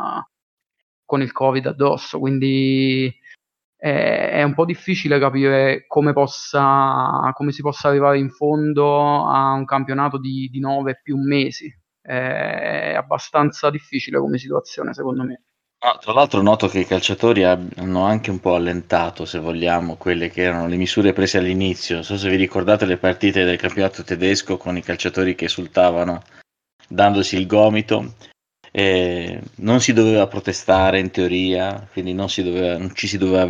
con il Covid addosso, quindi è un po' difficile capire come si possa arrivare in fondo a un campionato di 9 più mesi. È abbastanza difficile come situazione, secondo me. Ah, tra l'altro noto che i calciatori hanno anche un po' allentato, se vogliamo, quelle che erano le misure prese all'inizio. Non so se vi ricordate le partite del campionato tedesco con i calciatori che esultavano dandosi il gomito. Non si doveva protestare in teoria, quindi non ci si doveva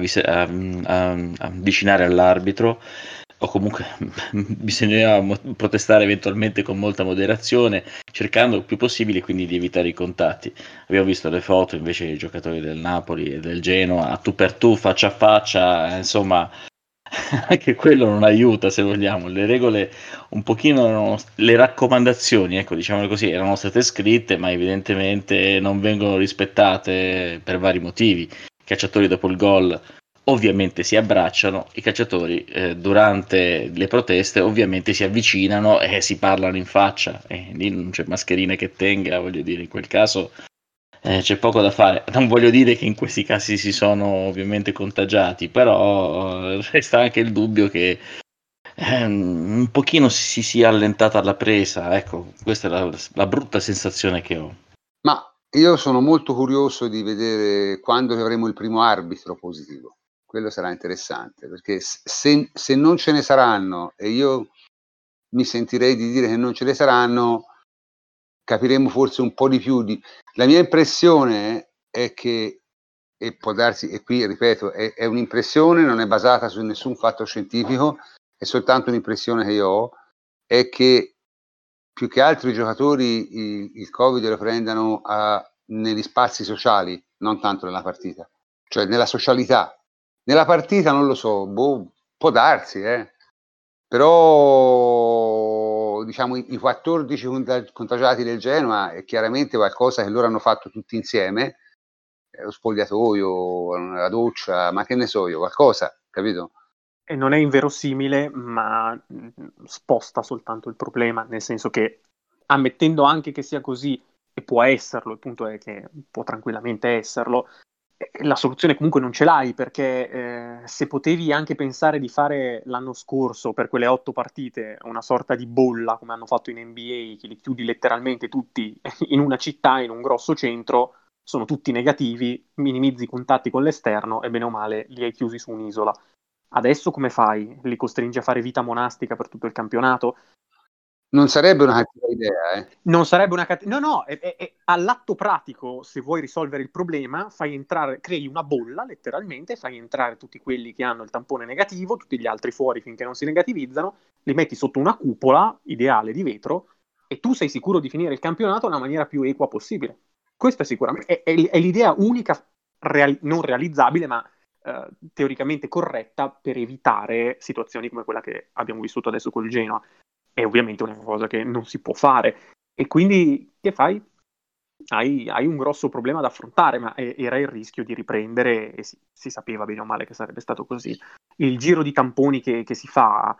avvicinare all'arbitro, o comunque bisognava protestare eventualmente con molta moderazione, cercando il più possibile quindi di evitare i contatti. Abbiamo visto le foto invece dei giocatori del Napoli e del Genoa, a tu per tu, faccia a faccia, insomma, anche quello non aiuta, se vogliamo. Le regole un pochino, le raccomandazioni, ecco, diciamolo così, erano state scritte, ma evidentemente non vengono rispettate per vari motivi. I calciatori dopo il gol ovviamente si abbracciano, i calciatori durante le proteste ovviamente si avvicinano e si parlano in faccia, e lì non c'è mascherina che tenga, voglio dire, in quel caso c'è poco da fare. Non voglio dire che in questi casi si sono ovviamente contagiati, però resta anche il dubbio che un pochino si sia allentata la presa. Ecco, questa è la brutta sensazione che ho. Ma io sono molto curioso di vedere quando avremo il primo arbitro positivo. Quello sarà interessante, perché se non ce ne saranno, e io mi sentirei di dire che non ce ne saranno, capiremo forse un po' di più. La mia impressione è che, e può darsi, e qui ripeto, è un'impressione, non è basata su nessun fatto scientifico, è soltanto un'impressione che io ho, è che più che altro i giocatori il Covid lo prendano negli spazi sociali, non tanto nella partita, cioè nella socialità. Nella partita non lo so, può darsi, però diciamo, i 14 contagiati del Genoa è chiaramente qualcosa che loro hanno fatto tutti insieme, lo spogliatoio, la doccia, ma che ne so io, qualcosa, capito? E non è inverosimile, ma sposta soltanto il problema, nel senso che, ammettendo anche che sia così, e può esserlo, il punto è che può tranquillamente esserlo, la soluzione comunque non ce l'hai, perché se potevi anche pensare di fare l'anno scorso per quelle 8 partite una sorta di bolla, come hanno fatto in NBA, che li chiudi letteralmente tutti in una città, in un grosso centro, sono tutti negativi, minimizzi i contatti con l'esterno e bene o male li hai chiusi su un'isola. Adesso come fai? Li costringi a fare vita monastica per tutto il campionato? Non sarebbe una cattiva idea, Non sarebbe una cattiva... No, all'atto pratico, se vuoi risolvere il problema, crei una bolla, letteralmente, fai entrare tutti quelli che hanno il tampone negativo, tutti gli altri fuori finché non si negativizzano, li metti sotto una cupola ideale di vetro e tu sei sicuro di finire il campionato nella maniera più equa possibile. Questa è sicuramente è l'idea unica, non realizzabile, ma teoricamente corretta per evitare situazioni come quella che abbiamo vissuto adesso col Genoa. È ovviamente una cosa che non si può fare. E quindi che fai? Hai un grosso problema da affrontare, ma era il rischio di riprendere e si sapeva bene o male che sarebbe stato così. Il giro di tamponi che si fa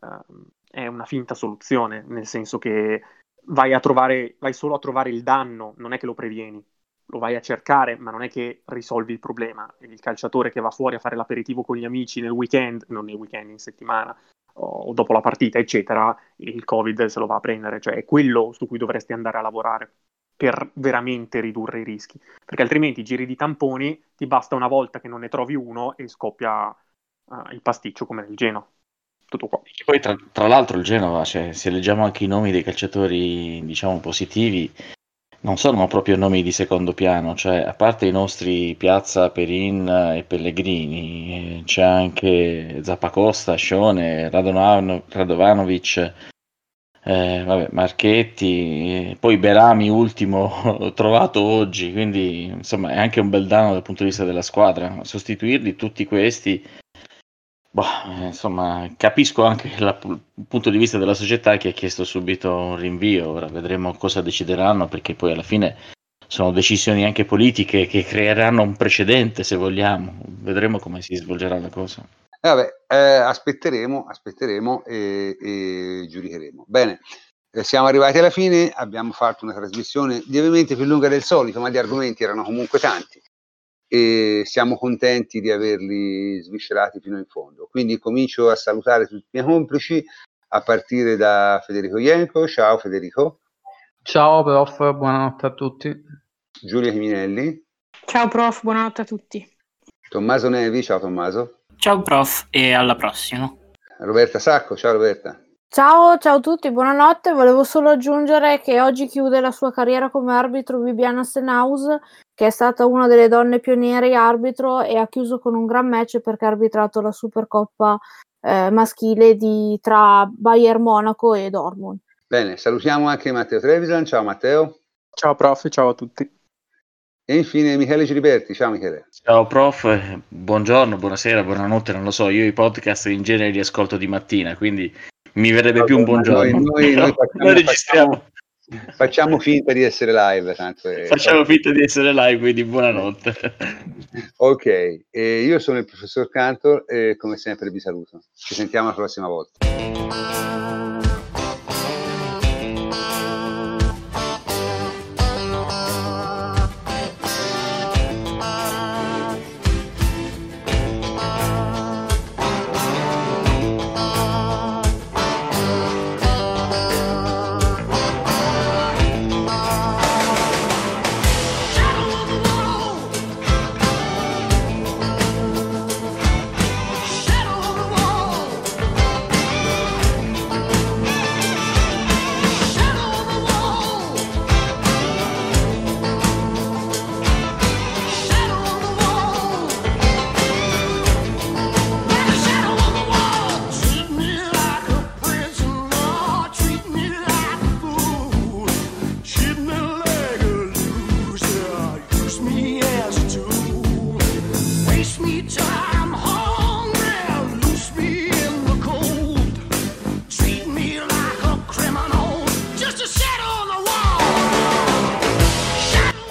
è una finta soluzione, nel senso che vai solo a trovare il danno, non è che lo previeni. Lo vai a cercare, ma non è che risolvi il problema. Il calciatore che va fuori a fare l'aperitivo con gli amici nel weekend, non nel weekend, in settimana, o dopo la partita, eccetera, il Covid se lo va a prendere. Cioè è quello su cui dovresti andare a lavorare per veramente ridurre i rischi. Perché altrimenti giri di tamponi, ti basta una volta che non ne trovi uno e scoppia il pasticcio come nel Genoa. Tutto qua. E poi tra l'altro il Genova, cioè, se leggiamo anche i nomi dei calciatori, diciamo, positivi, non sono proprio nomi di secondo piano, cioè a parte i nostri Piazza, Perin e Pellegrini, c'è anche Zappacosta, Scione, Radovanovic, Marchetti, poi Berami ultimo trovato oggi, quindi insomma è anche un bel danno dal punto di vista della squadra. Sostituirli tutti questi, insomma, capisco anche il punto di vista della società che ha chiesto subito un rinvio. Ora vedremo cosa decideranno, perché poi alla fine sono decisioni anche politiche che creeranno un precedente, se vogliamo. Vedremo come si svolgerà la cosa. Aspetteremo e giudicheremo. Bene, siamo arrivati alla fine, abbiamo fatto una trasmissione lievemente più lunga del solito, ma gli argomenti erano comunque tanti e siamo contenti di averli sviscerati fino in fondo. Quindi comincio a salutare tutti i miei complici, a partire da Federico Ienco. Ciao Federico. Ciao prof, buonanotte a tutti. Giulia Chiminelli. Ciao prof, buonanotte a tutti. Tommaso Nevi. Ciao Tommaso. Ciao prof e alla prossima. Roberta Sacco. Ciao Roberta. Ciao a tutti, buonanotte. Volevo solo aggiungere che oggi chiude la sua carriera come arbitro Bibiana Stenhouse, che è stata una delle donne pioniere arbitro e ha chiuso con un gran match perché ha arbitrato la Supercoppa maschile tra Bayern Monaco e Dortmund. Bene, salutiamo anche Matteo Trevisan. Ciao Matteo. Ciao prof, ciao a tutti. E infine Michele Giliberti. Ciao Michele. Ciao prof, buongiorno, buonasera, buonanotte, non lo so, io i podcast in genere li ascolto di mattina, quindi mi verrebbe più un buongiorno. Noi registriamo. Facciamo finta di essere live. Facciamo finta di essere live, quindi buonanotte. Ok, io sono il professor Cantor e come sempre vi saluto. Ci sentiamo la prossima volta.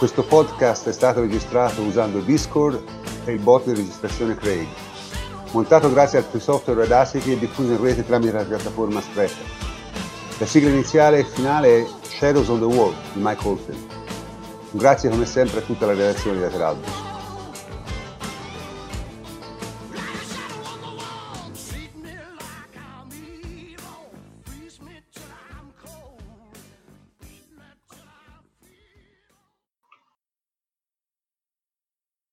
Questo podcast è stato registrato usando Discord e il bot di registrazione Craig. Montato grazie al free software Audacity e diffuso in rete tramite la piattaforma Spreaker. La sigla iniziale e finale è Shadows on the Wall di Mike Oldfield. Grazie come sempre a tutta la redazione di Lateralbus.